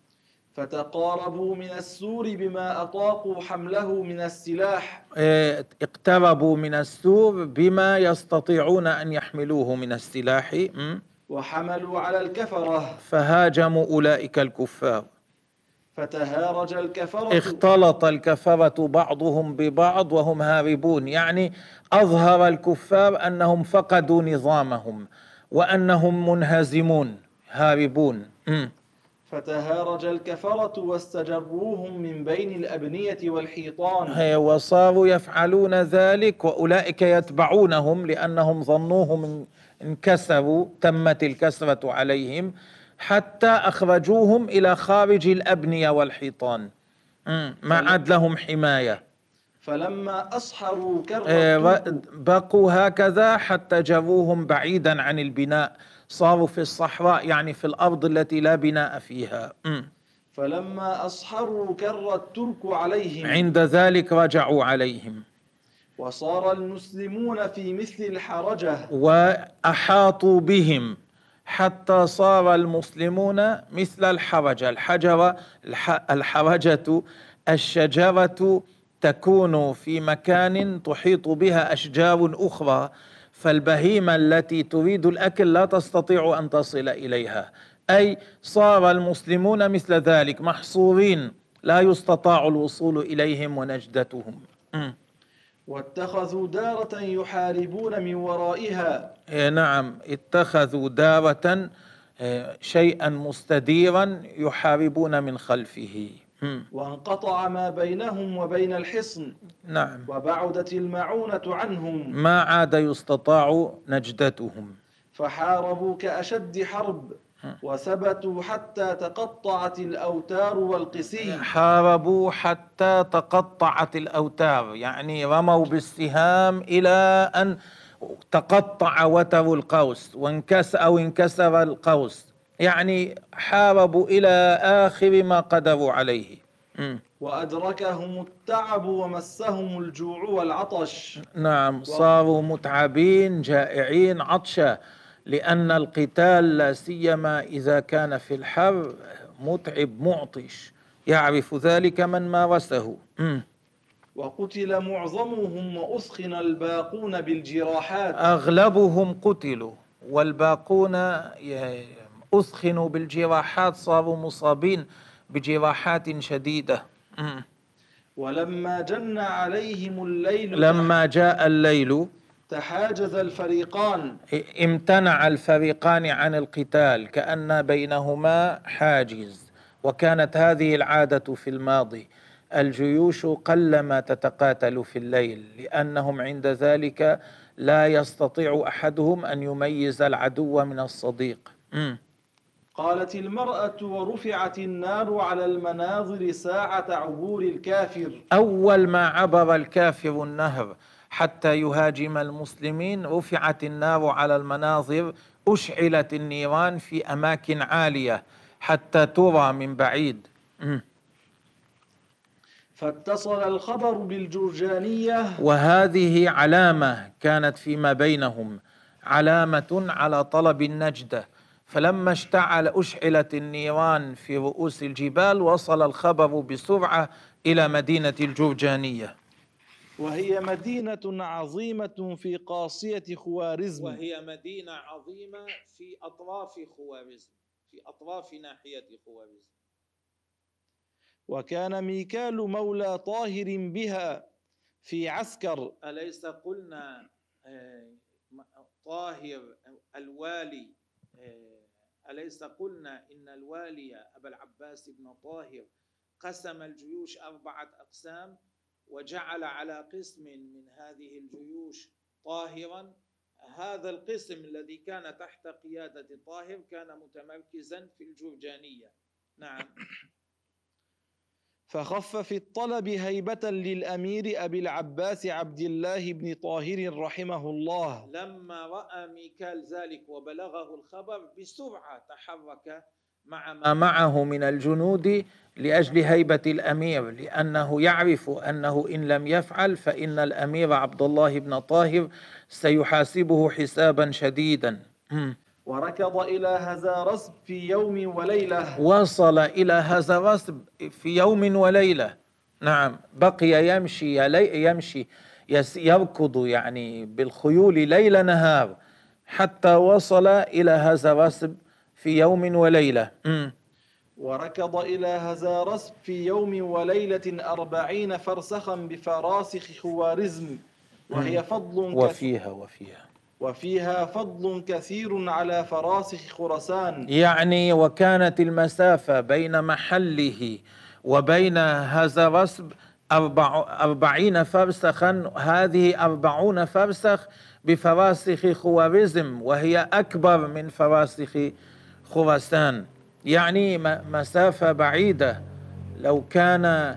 فتقاربوا من السور بما أطاقوا حمله من السلاح. اقتربوا من السور بما يستطيعون أن يحملوه من السلاح. وحملوا على الكفرة. فهاجموا أولئك الكفار. فتهارج الكفرة. اختلط الكفرة بعضهم ببعض وهم هاربون، يعني أظهر الكفار أنهم فقدوا نظامهم وأنهم منهزمون هاربون. فتهارج الكفرة واستجروهم من بين الأبنية والحيطان. وصاروا يفعلون ذلك وأولئك يتبعونهم لأنهم ظنوهم انكسروا، تمت الكسرة عليهم حتى أخرجوهم إلى خارج الأبنية والحيطان، ما عاد لهم حماية. فلما أصحروا بقوا هكذا حتى جروهم بعيدا عن البناء، صاروا في الصحراء يعني في الأرض التي لا بناء فيها. فلما أصحروا كر الترك عليهم، عند ذلك رجعوا عليهم، وصار المسلمون في مثل الحرجة، وأحاطوا بهم حتى صار المسلمون مثل الحرجة. الحرجة الشجرة تكون في مكان تحيط بها أشجار أخرى، فالبهيمة التي تريد الأكل لا تستطيع أن تصل إليها، أي صار المسلمون مثل ذلك محصورين لا يستطاع الوصول إليهم ونجدتهم. واتخذوا دارة يحاربون من ورائها. نعم، اتخذوا دارة، شيئا مستديرا يحاربون من خلفه. وانقطع ما بينهم وبين الحصن. نعم، وبعدت المعونة عنهم، ما عاد يستطاع نجدتهم، فحاربوا كأشد حرب، وثبتوا حتى تقطعت الأوتار والقسي. حاربوا حتى تقطعت الأوتار، يعني رموا بالسهام إلى أن تقطع وتر القوس انكسر القوس، يعني حاربوا إلى آخر ما قدروا عليه. وأدركهم التعب ومسهم الجوع والعطش. نعم، صاروا متعبين جائعين عطشا، لأن القتال لا سيما إذا كان في الحر متعب معطش، يعرف ذلك من مارسه. وقتل معظمهم وأثخن الباقون بالجراحات. أغلبهم قتلوا والباقون أثخنوا بالجراحات، صاروا مصابين بجراحات شديدة. ولما جن عليهم الليل، لما جاء الليل تحاجز الفريقان، امتنع الفريقان عن القتال، كأن بينهما حاجز. وكانت هذه العادة في الماضي، الجيوش قلما تتقاتل في الليل، لأنهم عند ذلك لا يستطيع أحدهم أن يميز العدو من الصديق. قالت المرأة: ورفعت النار على المناظر ساعة عبور الكافر. أول ما عبر الكافر النهر حتى يهاجم المسلمين رفعت النار على المناظر، أشعلت النيران في أماكن عالية حتى ترى من بعيد. فاتصل الخبر بالجرجانية، وهذه علامة كانت فيما بينهم، علامة على طلب النجدة. فلما أشعلت النيران في رؤوس الجبال، وصل الخبر بسرعة إلى مدينة الجرجانية، وهي مدينة عظيمة في قاصية خوارزم. وهي مدينة عظيمة في أطراف خوارزم، في أطراف ناحية خوارزم. وكان ميكال مولى طاهر بها في عسكر. أليس قلنا طاهر الوالي، أليس قلنا إن الوالي أبا العباس بن طاهر قسم الجيوش 4 أقسام، وجعل على قسم من هذه الجيوش طاهرا. هذا القسم الذي كان تحت قيادة طاهر كان متمركزا في الجرجانية. نعم. فخف في الطلب هيبة للأمير أبي العباس عبد الله بن طاهر رحمه الله. لما رأى ميكال ذلك وبلغه الخبر بسرعة تحرك مع ما معه من الجنود لأجل هيبة الأمير، لأنه يعرف أنه إن لم يفعل فإن الأمير عبد الله بن طاهر سيحاسبه حسابا شديدا. وركض إلى هزارسب في يوم وليلة. وصل إلى هزارسب في يوم وليلة. نعم، بقي يمشي يركض يعني بالخيول ليل نهار حتى وصل إلى هزارسب في يوم وليلة. وركض إلى هزارسب في يوم وليلة 40 فرسخا بفراسخ خوارزم، وهي فضل وفيها وفيها فضل كثير على فراسخ خراسان. يعني وكانت المسافة بين محله وبين هذا الرسب 40 فرسخا، هذه 40 فرسخ بفراسخ خوارزم، وهي أكبر من فراسخ خراسان، يعني مسافة بعيدة. لو كان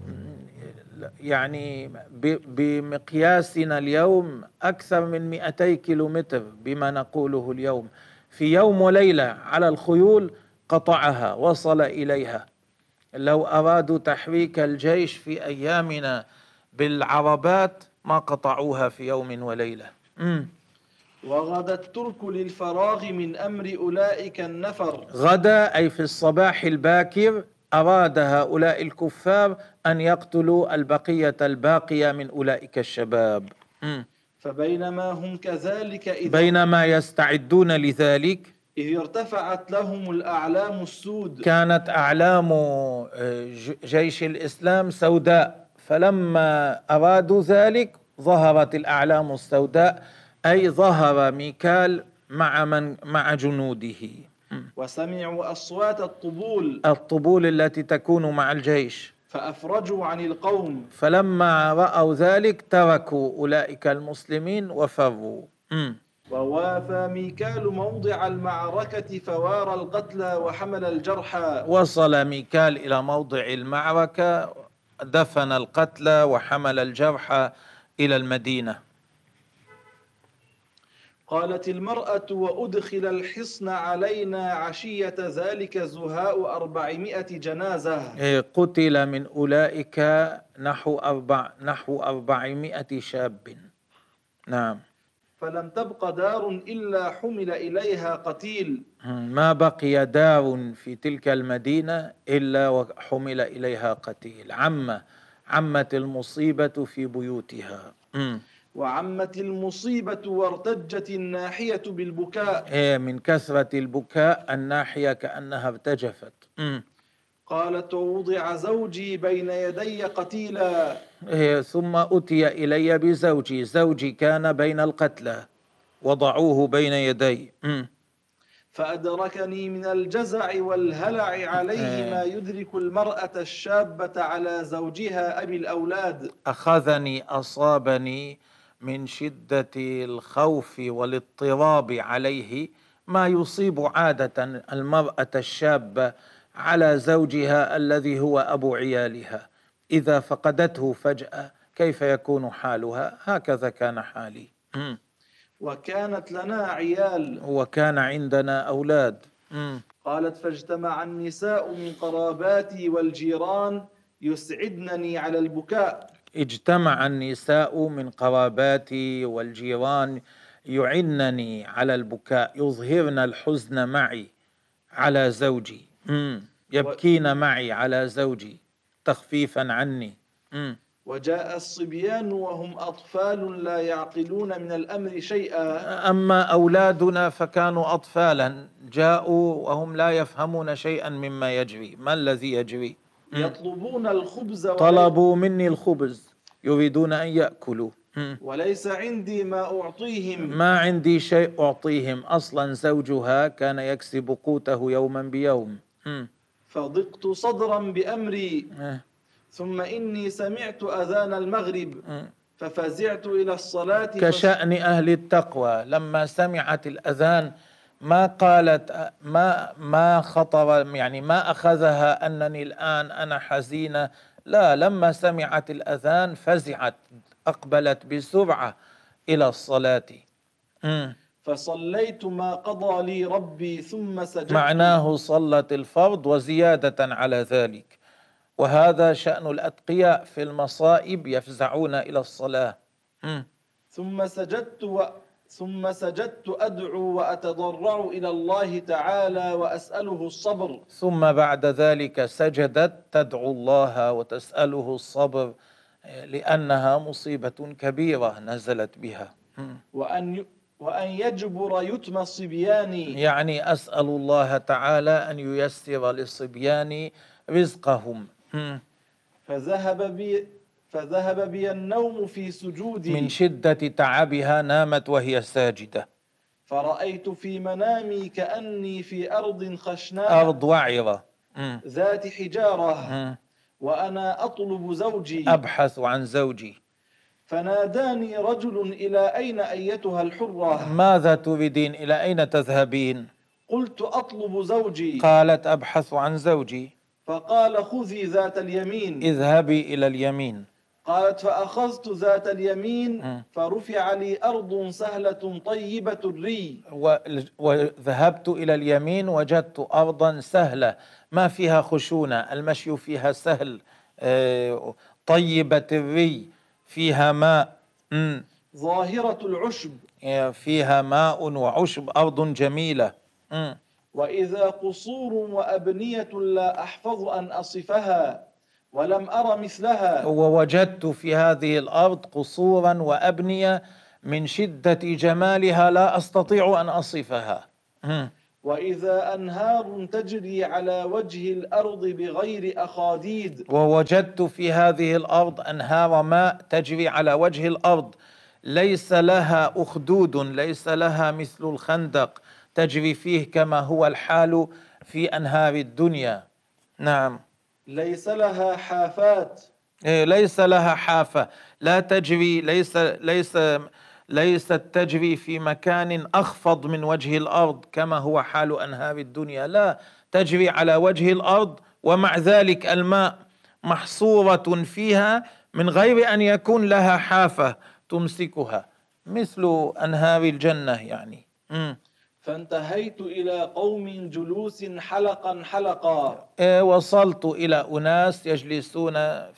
يعني بمقياسنا اليوم أكثر من 200 كيلومتر بما نقوله اليوم، في يوم وليلة على الخيول قطعها، وصل إليها. لو أرادوا تحريك الجيش في أيامنا بالعربات ما قطعوها في يوم وليلة. وغدا الترك للفراغ من أمر أولئك النفر. غدا أي في الصباح الباكر أراد هؤلاء الكفار أن يقتلوا البقية الباقية من أولئك الشباب. فبينما هم كذلك بينما يستعدون لذلك إذ ارتفعت لهم الأعلام السود. كانت أعلام جيش الإسلام سوداء، فلما أرادوا ذلك ظهرت الأعلام السوداء، أي ظهر ميكال مع جنوده. وسمعوا أصوات الطبول التي تكون مع الجيش، فأفرجوا عن القوم. فلما رأوا ذلك تركوا أولئك المسلمين وفروا. ووافى ميكال موضع المعركة فوارى القتلى وحمل الجرحى. وصل ميكال إلى موضع المعركة، دفن القتلى وحمل الجرحى إلى المدينة. قالت المرأة: وأدخل الحصن علينا عشية ذلك زهاء 400 جنازة. قتل من أولئك نحو 400 شاب. نعم. فلم تبق دار إلا حمل إليها قتيل. ما بقي دار في تلك المدينة إلا وحمل إليها قتيل. عمت المصيبة في بيوتها. وعمت المصيبة وارتجت الناحية بالبكاء. من كثرة البكاء الناحية كأنها ارتجفت. قالت: ووضع زوجي بين يدي قتيلا. ثم أتي إلي بزوجي، زوجي كان بين القتلى، وضعوه بين يدي. فأدركني من الجزع والهلع عليه ما يدرك المرأة الشابة على زوجها أبي الأولاد. أصابني من شدة الخوف والاضطراب عليه ما يصيب عادة المرأة الشابة على زوجها الذي هو أبو عيالها، إذا فقدته فجأة كيف يكون حالها؟ هكذا كان حالي. وكانت لنا عيال، وكان عندنا أولاد. قالت: فاجتمع النساء من قراباتي والجيران يسعدنني على البكاء. اجتمع النساء من قراباتي والجيران يعننني على البكاء، يظهرن الحزن معي على زوجي. يبكين معي على زوجي تخفيفا عني. وجاء الصبيان وهم أطفال لا يعقلون من الأمر شيئا. أما أولادنا فكانوا أطفالا، جاءوا وهم لا يفهمون شيئا مما يجري. ما الذي يجري؟ يطلبون الخبز، طلبوا مني الخبز، يريدون أن يأكلوا. وليس عندي ما أعطيهم. ما عندي شيء أعطيهم. أصلا زوجها كان يكسب قوته يوما بيوم. فضقت صدرا بأمري. ثم إني سمعت أذان المغرب ففزعت إلى الصلاة. كشأن أهل التقوى، لما سمعت الأذان ما قالت ما خطر، يعني ما أخذها أنني الآن أنا حزينة، لا، لما سمعت الأذان فزعت، أقبلت بسرعة إلى الصلاة. فصليت ما قضى لي ربي ثم سجدت. معناه صلت الفرض وزيادة على ذلك. وهذا شأن الأتقياء في المصائب، يفزعون إلى الصلاة. ثم سجدت أدعو وأتضرع إلى الله تعالى وأسأله الصبر. ثم بعد ذلك سجدت تدعو الله وتسأله الصبر، لأنها مصيبة كبيرة نزلت بها. وأن يجبر يتم الصبيان، يعني أسأل الله تعالى أن ييسر للصبيان رزقهم. فذهب بي النوم في من سجودي، شدة تعبها نامت وهي ساجدة. فرأيت في منامي كأني في أرض خشناء أرض وعرة. ذات حجارة، وأنا أطلب زوجي، أبحث عن زوجي. فناداني رجل: إلى أين أيتها الحرة؟ ماذا تريدين؟ إلى أين تذهبين؟ قلت: أطلب زوجي. قالت: أبحث عن زوجي. فقال: خذي ذات اليمين. اذهبي إلى اليمين. قالت: فأخذت ذات اليمين، فرفع لي أرض سهلة طيبة الري. وذهبت إلى اليمين وجدت أرضا سهلة ما فيها خشونة، المشي فيها سهل، طيبة الري، فيها ماء، ظاهرة العشب، فيها ماء وعشب، أرض جميلة. وإذا قصور وأبنية لا أحفظ أن أصفها، ولم أر مثلها. ووجدت في هذه الأرض قصورا وأبنية من شدة جمالها لا أستطيع أن أصفها. وإذا أنهار تجري على وجه الأرض بغير أخاديد. ووجدت في هذه الأرض أنهار ماء تجري على وجه الأرض، ليس لها أخدود، ليس لها مثل الخندق تجري فيه كما هو الحال في أنهار الدنيا. نعم. ليس لها حافات، ليس لها حافة، لا تجري، ليست تجري في مكان أخفض من وجه الأرض كما هو حال أنهار الدنيا، لا، تجري على وجه الأرض، ومع ذلك الماء محصورة فيها من غير أن يكون لها حافة تمسكها، مثل أنهار الجنة يعني. فانتهيت إلى قوم جلوس حلقا حلقا. وصلت إلى أناس يجلسون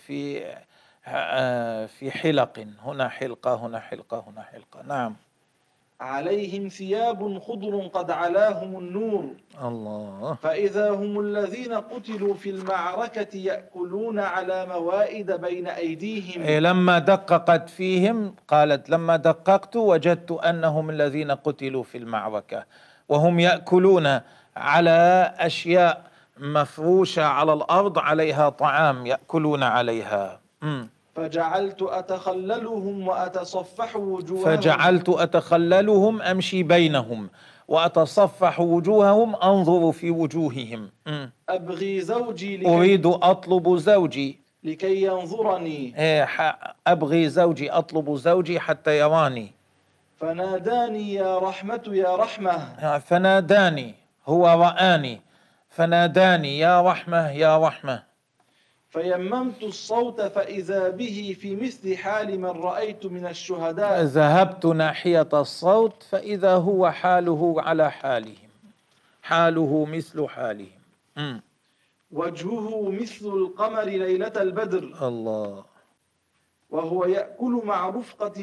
في حلق، هنا حلقة هنا حلقة هنا حلقة. نعم. عليهم ثياب خضر قد علاهم النور. الله. فإذا هم الذين قتلوا في المعركة يأكلون على موائد بين أيديهم. لما دققت فيهم قالت: لما دققت وجدت أنهم الذين قتلوا في المعركة، وهم يأكلون على أشياء مفروشة على الأرض عليها طعام يأكلون عليها. فجعلت أتخللهم وأتصفح وجوههم. فجعلت أتخللهم، أمشي بينهم، وأتصفح وجوههم، أنظر في وجوههم. أبغي زوجي أريد أطلب زوجي لكي ينظرني. أبغي زوجي، أطلب زوجي حتى يراني. فناداني: يا رحمة يا رحمة. فناداني، هو رآني، فناداني: يا رحمة يا رحمة. فيممت الصوت فإذا به في مثل حال من رأيت من الشهداء. ذهبت ناحية الصوت فإذا هو حاله على حالهم، حاله مثل حالهم. وجهه مثل القمر ليلة البدر. الله. وهو يأكل مع رفقة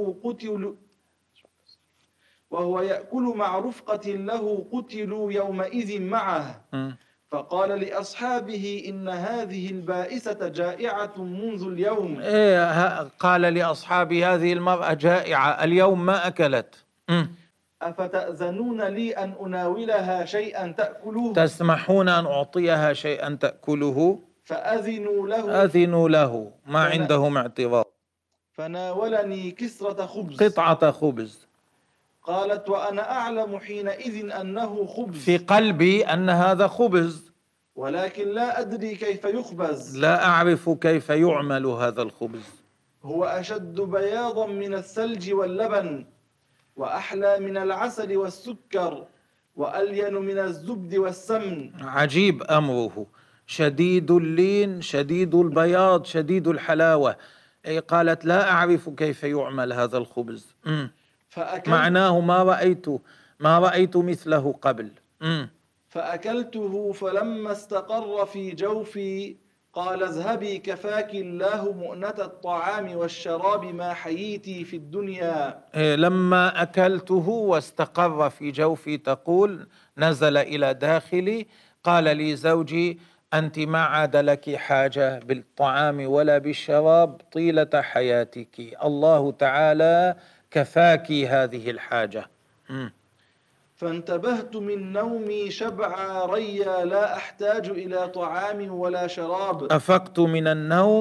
له قتلوا يومئذ معه. فقال لأصحابه: إن هذه البائسة جائعة منذ اليوم. قال لأصحابه: هذه المرأة جائعة، اليوم ما أكلت. أفتأذنون لي أن أناولها شيئا تأكله؟ تسمحون أن أعطيها شيئا تأكله؟ فأذنوا له. أذنوا له، ما عندهم اعتراض. فناولني كسرة خبز، قطعة خبز. قالت: وأنا أعلم حينئذ أنه خبز، في قلبي أن هذا خبز، ولكن لا أدري كيف يخبز، لا أعرف كيف يعمل هذا الخبز. هو أشد بياضا من الثلج واللبن، وأحلى من العسل والسكر، وألين من الزبد والسمن. عجيب أمره، شديد اللين، شديد البياض، شديد الحلاوة. قالت: لا أعرف كيف يعمل هذا الخبز. معناه ما رأيت مثله قبل. فأكلته، فلما استقر في جوفي قال: اذهبي كفاك الله مؤنة الطعام والشراب ما حييتي في الدنيا. لما أكلته واستقر في جوفي، تقول نزل إلى داخلي، قال لي زوجي: أنت ما عاد لك حاجة بالطعام ولا بالشراب طيلة حياتك، الله تعالى كفاك هذه الحاجة. فانتبهت من نومي شبعا ريا لا أحتاج إلى طعام ولا شراب. أفقت من النوم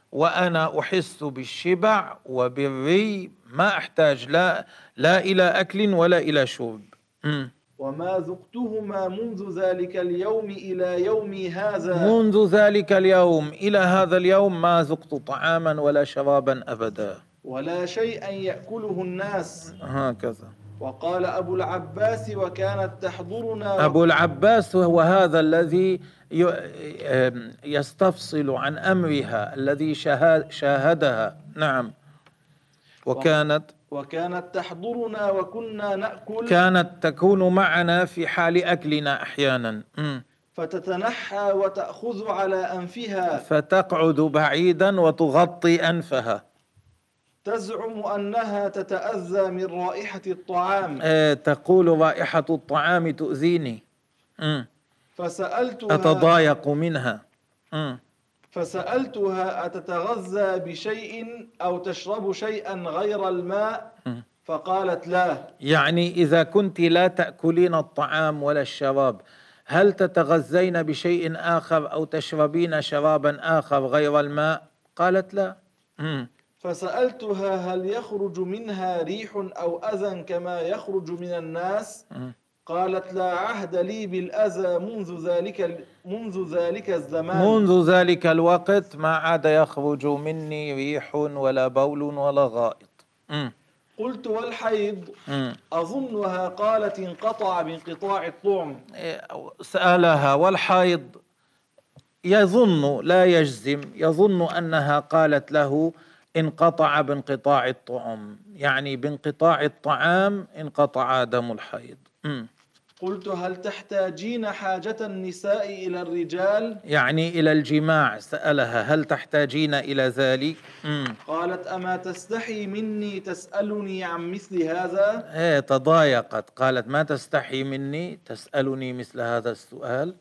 وأنا أحس بالشبع وبالري، ما أحتاج لا إلى أكل ولا إلى شرب. وما ذقتهما منذ ذلك اليوم إلى يومي هذا. منذ ذلك اليوم إلى هذا اليوم ما ذقت طعاما ولا شرابا أبدا، ولا شيئا يأكله الناس. هكذا. وقال أبو العباس وكانت تحضرنا. أبو العباس هو هذا الذي يستفصل عن أمرها، الذي شاهدها. نعم. وكانت تحضرنا وكنا نأكل، كانت تكون معنا في حال أكلنا أحيانا. فتتنحى وتأخذ على أنفها، فتقعد بعيدا وتغطي أنفها، تزعم أنها تتأذى من رائحة الطعام. تقول رائحة الطعام تؤذيني، فسألتها أتضايق منها. فسألتها أتتغذى بشيء أو تشرب شيئا غير الماء؟ فقالت لا. يعني إذا كنت لا تأكلين الطعام ولا الشراب، هل تتغذين بشيء آخر أو تشربين شرابا آخر غير الماء؟ قالت لا. فسألتها هل يخرج منها ريح أو أذى كما يخرج من الناس؟ قالت لا عهد لي بالأذى منذ ذلك الزمان. منذ ذلك الوقت ما عاد يخرج مني ريح ولا بول ولا غائط. قلت والحيض؟ أظنها قالت انقطع بانقطاع الطعم. سألها والحيض، يظن لا يجزم، يظن أنها قالت له انقطع بانقطاع الطعم، يعني بانقطاع الطعام انقطع دم الحيض. قلت هل تحتاجين حاجة النساء إلى الرجال؟ يعني إلى الجماع. سألها هل تحتاجين إلى ذلك؟ قالت أما تستحي مني تسألني عن مثل هذا؟ تضايقت، قالت ما تستحي مني تسألني مثل هذا السؤال؟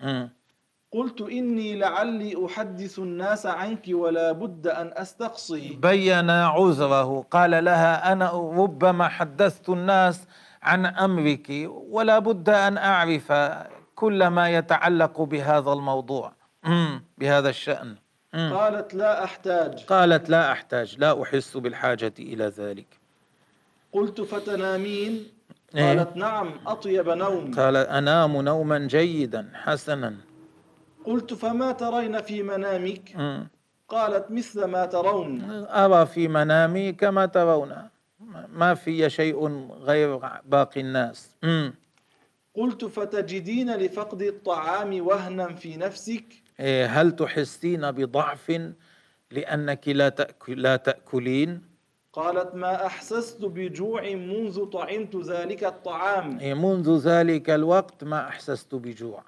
قلت إني لعلي أحدث الناس عنك ولا بد أن أستقصي. بين عذره، قال لها أنا ربما حدثت الناس عن أمرك ولا بد أن أعرف كل ما يتعلق بهذا الموضوع، بهذا الشأن. قالت لا أحتاج. قالت لا أحتاج، لا أحس بالحاجة إلى ذلك. قلت فتنامين؟ قالت نعم أطيب نوم. قال أنام نوما جيدا حسنا. قلت فما ترين في منامك؟ قالت مثل ما ترون. أرى في منامي كما ترون، ما في شيء غير باقي الناس. قلت فتجدين لفقد الطعام وهنا في نفسك؟ هل تحسين بضعف لأنك لا تأكلين؟ قالت ما أحسست بجوع منذ طعمت ذلك الطعام. منذ ذلك الوقت ما أحسست بجوع،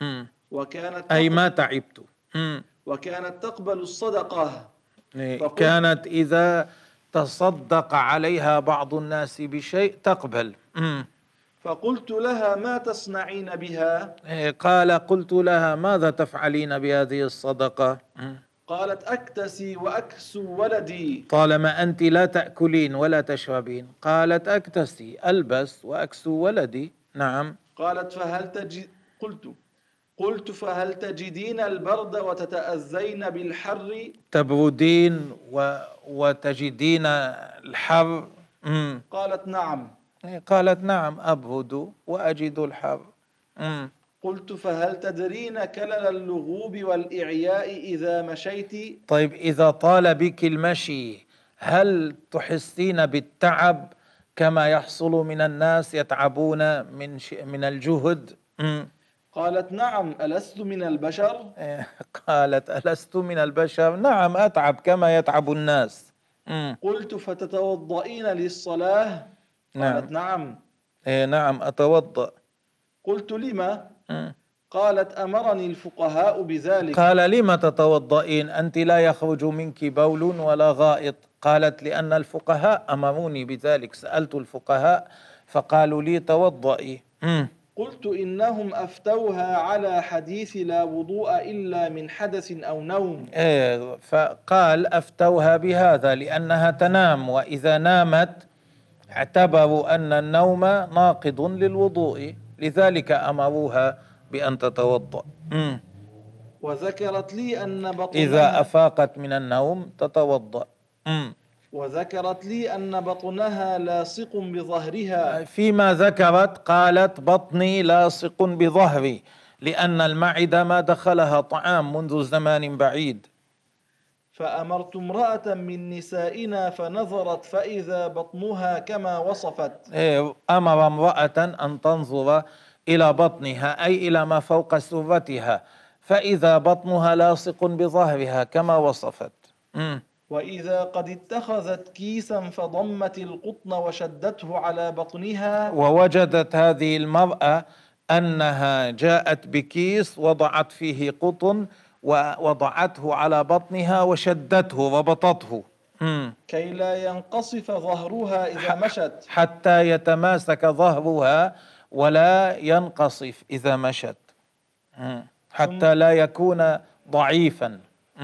أي ما تعبت. وكانت تقبل الصدقة. كانت إذا تصدق عليها بعض الناس بشيء تقبل. فقلت لها ما تصنعين بها؟ قلت لها ماذا تفعلين بهذه الصدقة؟ قالت أكتسي وأكسو ولدي. طالما أنت لا تأكلين ولا تشربين، قالت أكتسي، ألبس وأكسو ولدي. نعم. قالت قلت فهل تجدين البرد وتتأذين بالحر؟ تبردين وتجدين الحر؟ قالت نعم. قالت نعم أبرد وأجد الحر. قلت فهل تدرين كلل اللغوب والإعياء إذا مشيت؟ طيب إذا طال بك المشي هل تحسين بالتعب كما يحصل من الناس يتعبون من الجهد؟ قالت نعم ألست من البشر؟ قالت ألست من البشر؟ نعم أتعب كما يتعب الناس. قلت فتتوضئين للصلاة؟ قالت نعم. نعم أتوضأ. قلت لما؟ قالت أمرني الفقهاء بذلك. قال لما تتوضئين؟ أنت لا يخرج منك بول ولا غائط. قالت لأن الفقهاء أمروني بذلك، سألت الفقهاء فقالوا لي توضئي. قلت إنهم أفتوها على حديث لا وضوء إلا من حدث أو نوم. فقال أفتوها بهذا لأنها تنام، وإذا نامت اعتبروا أن النوم ناقض للوضوء، لذلك أمروها بأن تتوضأ. وذكرت لي أن بطنها إذا أفاقت من النوم تتوضأ. وذكرت لي أن بطنها لاصق بظهرها. فيما ذكرت قالت بطني لاصق بظهري، لأن المعدة ما دخلها طعام منذ زمان بعيد. فأمرت امرأة من نسائنا فنظرت فإذا بطنها كما وصفت. أمر امرأة أن تنظر إلى بطنها، أي إلى ما فوق سرتها، فإذا بطنها لاصق بظهرها كما وصفت. وإذا قد اتخذت كيسا فضمت القطن وشدته على بطنها. ووجدت هذه المرأة أنها جاءت بكيس وضعت فيه قطن ووضعته على بطنها وشدته ربطته كي لا ينقصف ظهرها إذا مشت، حتى يتماسك ظهرها ولا ينقصف إذا مشت، حتى لا يكون ضعيفا.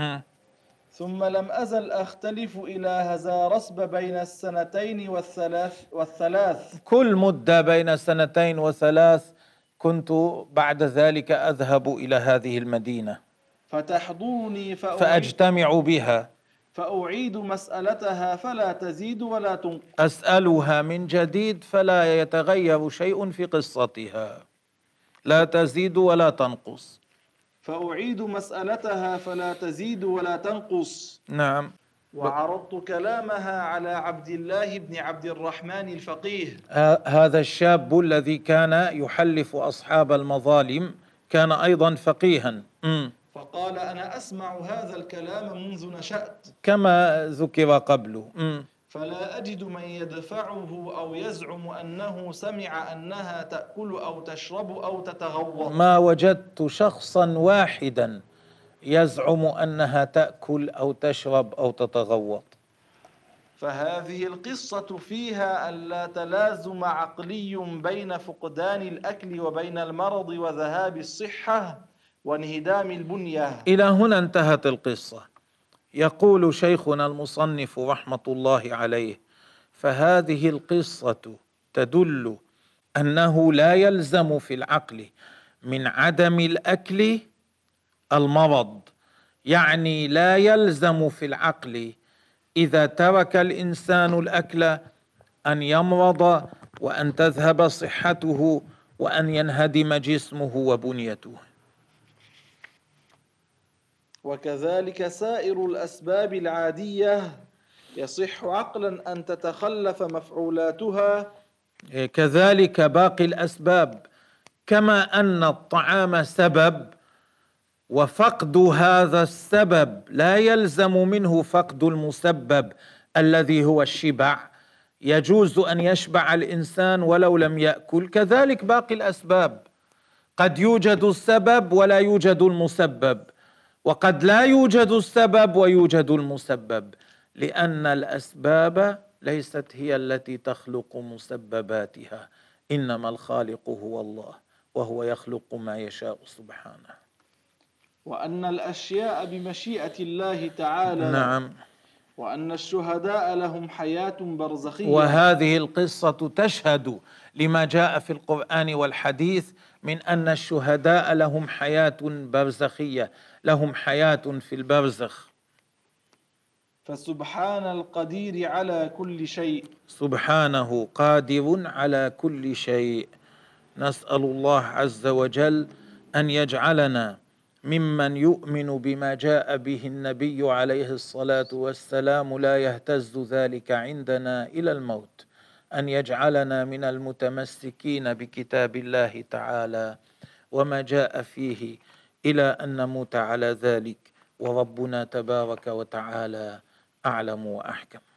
ثم لم أزل أختلف إلى هذا رسب بين السنتين والثلاث. كل مدة بين السنتين وثلاث كنت بعد ذلك أذهب إلى هذه المدينة فتحضرني فأجتمع بها، فأعيد مسألتها فلا تزيد ولا تنقص. أسألها من جديد فلا يتغير شيء في قصتها، لا تزيد ولا تنقص. فأعيد مسألتها فلا تزيد ولا تنقص. نعم. وعرضت كلامها على عبد الله بن عبد الرحمن الفقيه. هذا الشاب الذي كان يحلف أصحاب المظالم كان أيضا فقيها. فقال: أنا أسمع هذا الكلام منذ نشأت كما ذكر قبله. فلا أجد من يدفعه أو يزعم أنه سمع أنها تأكل أو تشرب أو تتغوط. ما وجدت شخصا واحدا يزعم أنها تأكل أو تشرب أو تتغوط. فهذه القصة فيها ألا تلازم عقلي بين فقدان الأكل وبين المرض وذهاب الصحة وانهدام البنية. إلى هنا انتهت القصة. يقول شيخنا المصنف رحمة الله عليه: فهذه القصة تدل أنه لا يلزم في العقل من عدم الأكل المرض، يعني لا يلزم في العقل إذا ترك الإنسان الأكل أن يمرض وأن تذهب صحته وأن ينهدم جسمه وبنيته. وكذلك سائر الأسباب العادية يصح عقلا أن تتخلف مفعولاتها. كذلك باقي الأسباب، كما أن الطعام سبب وفقد هذا السبب لا يلزم منه فقد المسبب الذي هو الشبع، يجوز أن يشبع الإنسان ولو لم يأكل. كذلك باقي الأسباب، قد يوجد السبب ولا يوجد المسبب، وقد لا يوجد السبب ويوجد المسبب، لأن الأسباب ليست هي التي تخلق مسبباتها، إنما الخالق هو الله، وهو يخلق ما يشاء سبحانه. وأن الأشياء بمشيئة الله تعالى. نعم. وأن الشهداء لهم حياة برزخية. وهذه القصة تشهد لما جاء في القرآن والحديث من أن الشهداء لهم حياة برزخية، لهم حياة في البرزخ. فسبحان القدير على كل شيء. سبحانه قادر على كل شيء. نسأل الله عز وجل أن يجعلنا ممن يؤمن بما جاء به النبي عليه الصلاة والسلام لا يهتز ذلك عندنا إلى الموت، أن يجعلنا من المتمسكين بكتاب الله تعالى وما جاء فيه إلى أن نموت على ذلك، وربنا تبارك وتعالى أعلم وأحكم.